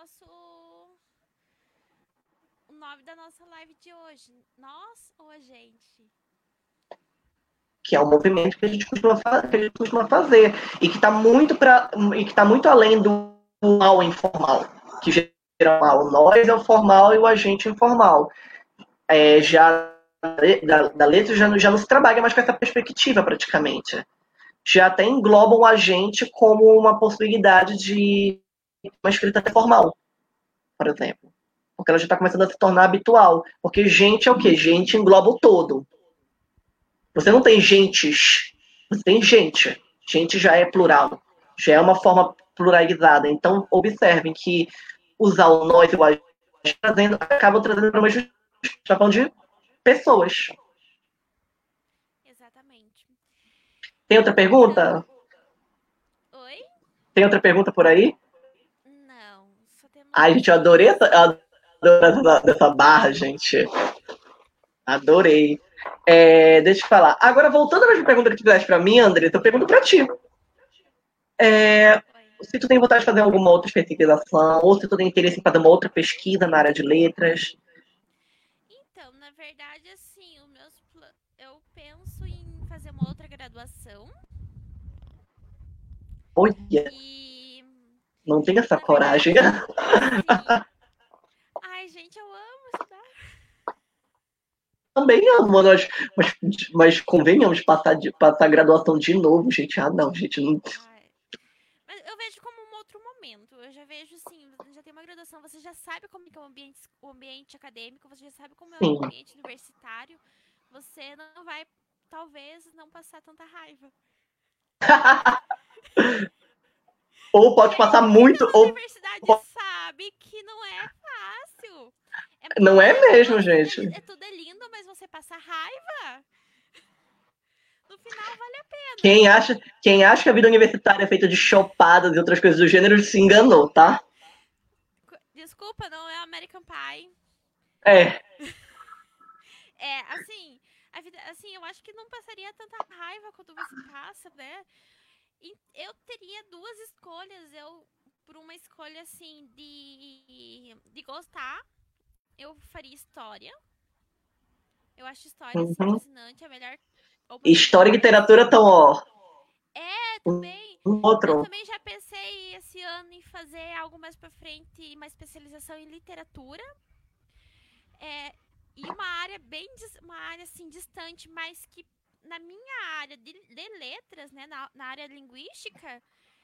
o nome da nossa live de hoje, nós ou a gente? Que é o movimento que a gente costuma fazer. E que está muito além do formal e informal. Que geral, o nós é o formal e o agente informal. Já da letra já não se trabalha mais com essa perspectiva praticamente. Já até engloba o agente como uma possibilidade de uma escrita até formal, por exemplo. Porque ela já está começando a se tornar habitual. Porque gente é o quê? Gente engloba o todo. Você não tem gentes, você tem gente. Gente já é plural, já é uma forma pluralizada. Então, observem que usar o nós e o a gente acaba trazendo para uma justificação de pessoas. Exatamente. Tem outra pergunta? Então, oi? Tem outra pergunta por aí? Não, só temos Ai, gente, eu adorei essa barra, gente. Adorei. Deixa eu falar. Agora, voltando à mesma pergunta que tu fizeste pra mim, André, eu pergunto pra ti. Oi. Se tu tem vontade de fazer alguma outra especialização, ou se tu tem interesse em fazer uma outra pesquisa na área de letras. Então, na verdade, assim, eu penso em fazer uma outra graduação Olha, e, não tem essa na verdade, coragem. sim. Ai, gente, eu amo estudar. Também amo, mas convenhamos, passar a graduação de novo, gente. Ah, não, gente. Não... Ai, mas eu vejo como um outro momento. Eu já vejo, assim, você já tem uma graduação, você já sabe como é o ambiente acadêmico, você já sabe como é o Sim. ambiente universitário. Você não vai, talvez, não passar tanta raiva. Ou pode Porque passar quem tá muito, na ou universidade sabe que não é fácil. É não é mesmo, maravilhoso, gente. tudo é lindo, mas você passa raiva. No final vale a pena. Quem acha que a vida universitária é feita de chopadas e outras coisas do gênero se enganou, tá? Desculpa, não é American Pie. É, É, assim, a vida, assim, eu acho que não passaria tanta raiva quando você passa, né? E eu teria duas escolhas. Por uma escolha, assim, de gostar, eu faria história. Eu acho história, assim, uhum. fascinante. É a melhor História e oportunidade. literatura estão, ó, Também. Eu outro. também já pensei esse ano em fazer algo mais pra frente, uma especialização em literatura. É, e uma área assim distante, mas que na minha área de letras, né, na área linguística,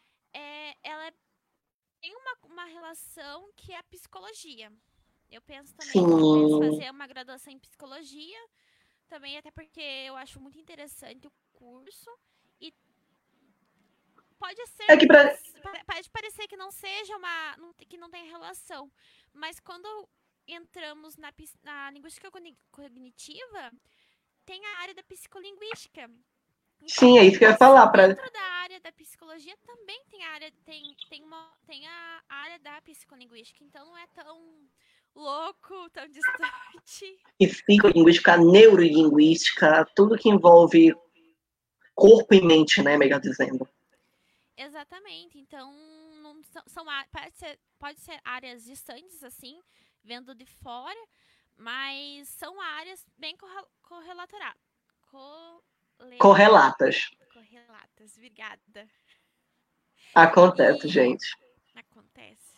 ela tem uma relação que é a psicologia. Eu penso também em talvez Sim. fazer uma graduação em psicologia, também até porque eu acho muito interessante o curso e pode É ser que que pra, não pode parecer que não seja que não tem relação, mas quando entramos na linguística cognitiva, tem a área da psicolinguística. Então, sim, é isso que eu ia falar. dentro da área da psicologia também tem a área tem a área da psicolinguística. Então não é tão louco, tão distante. Psicolinguística, neurolinguística, tudo que envolve corpo e mente, né, melhor dizendo. Exatamente. Então, não pode ser áreas distantes, assim, vendo de fora, mas são áreas bem correlatoradas. Correlatas. Correlatas, obrigada. Acontece, E gente. acontece.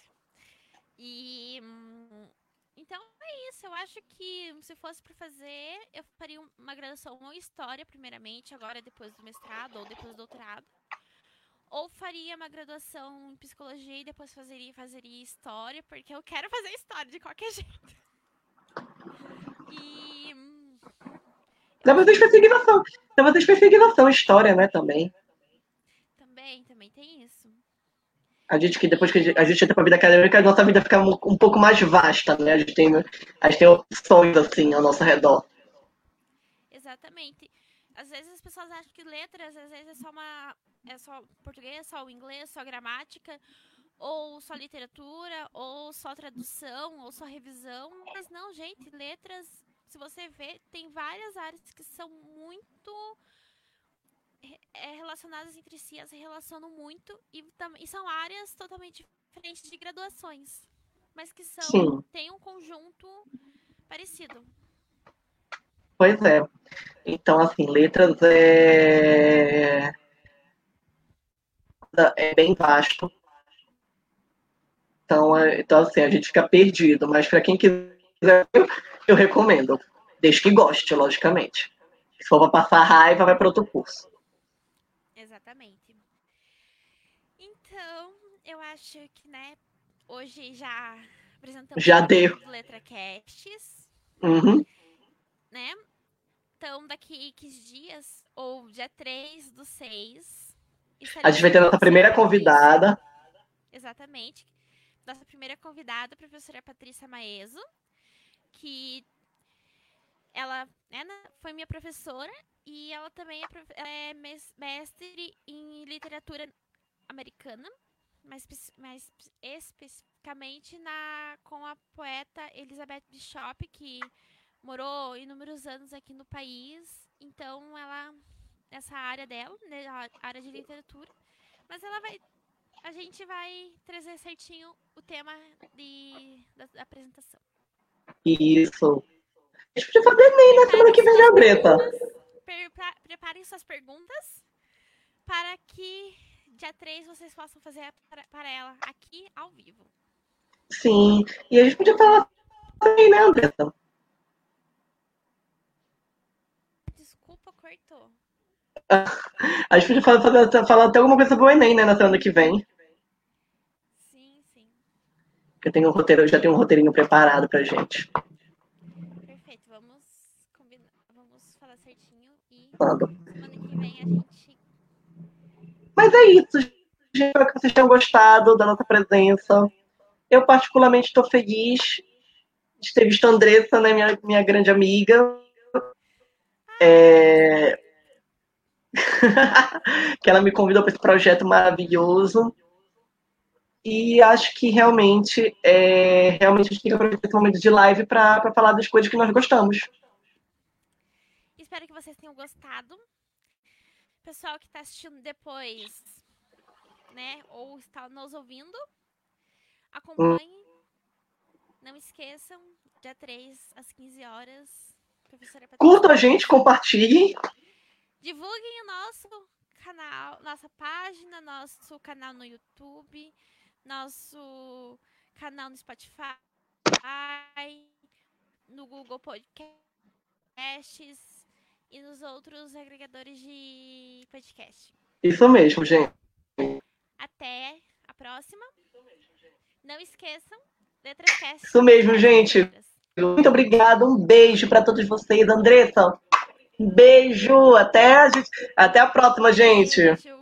E então é isso. Eu acho que se fosse para fazer, eu faria uma graduação em história, primeiramente, agora depois do mestrado ou depois do doutorado. Ou faria uma graduação em psicologia e depois fazeria história, porque eu quero fazer história de qualquer jeito. E, Dá pra ter perspectivação. Dá pra ter perspectivação, história, né, também. Também tem isso. A gente que depois que a gente entra pra vida acadêmica, a nossa vida fica um pouco mais vasta, né? A gente tem opções, assim, ao nosso redor. Exatamente. Às vezes as pessoas acham que letras, às vezes é só português, só o inglês, só gramática, ou só literatura, ou só tradução, ou só revisão. Mas não, gente, letras, se você ver, tem várias áreas que são muito relacionadas entre si, elas se relacionam muito e são áreas totalmente diferentes de graduações, mas que têm um conjunto parecido. Pois é. Então, assim, letras é bem vasto. Então, assim, a gente fica perdido. Mas para quem quiser, eu recomendo. Desde que goste, logicamente. Se for para passar raiva, vai para outro curso. Exatamente. Então, eu acho que, né, hoje já apresentamos já deu LetraCasts. Uhum. Né? Então, daqui 15 dias, ou dia 3/6, a gente vai ter a nossa primeira convidada. Exatamente. Nossa primeira convidada, a professora Patrícia Maeso, que ela foi minha professora e ela também é mestre em literatura americana, mais especificamente com a poeta Elizabeth Bishop, que morou inúmeros anos aqui no país. Então, ela, nessa área dela, né, a área de literatura, mas a gente vai trazer certinho o tema da apresentação. Isso. A gente podia fazer Enem na semana que vem, né, Greta? Preparem suas perguntas para que dia 3 vocês possam fazer para ela aqui ao vivo. Sim, e a gente podia falar também, né, Andressa? Desculpa, cortou. A gente podia falar até alguma coisa sobre o Enem, né, na semana que vem. Sim. Eu já tenho um roteirinho preparado pra gente. Perfeito, vamos combinar, vamos falar certinho e Manda. semana que vem a gente... Mas é isso, gente. Espero que vocês tenham gostado da nossa presença. Eu particularmente estou feliz de ter visto a Andressa, né, minha grande amiga. Que ela me convidou para esse projeto maravilhoso. E acho que realmente a gente tem que aproveitar esse momento de live para falar das coisas que nós gostamos. Espero que vocês tenham gostado. Pessoal que está assistindo depois, né, ou está nos ouvindo, acompanhem. Não esqueçam, dia 3 às 15 horas. Professora Patrícia. Curtam a gente, compartilhem. Divulguem o nosso canal, nossa página, nosso canal no YouTube, nosso canal no Spotify, no Google Podcasts e nos outros agregadores de podcast. Isso mesmo, gente. Até a próxima. Não esqueçam, LetraCast. Isso mesmo, gente. Muito obrigada. Um beijo para todos vocês. Andressa, um beijo. Até a próxima, gente. Beijo.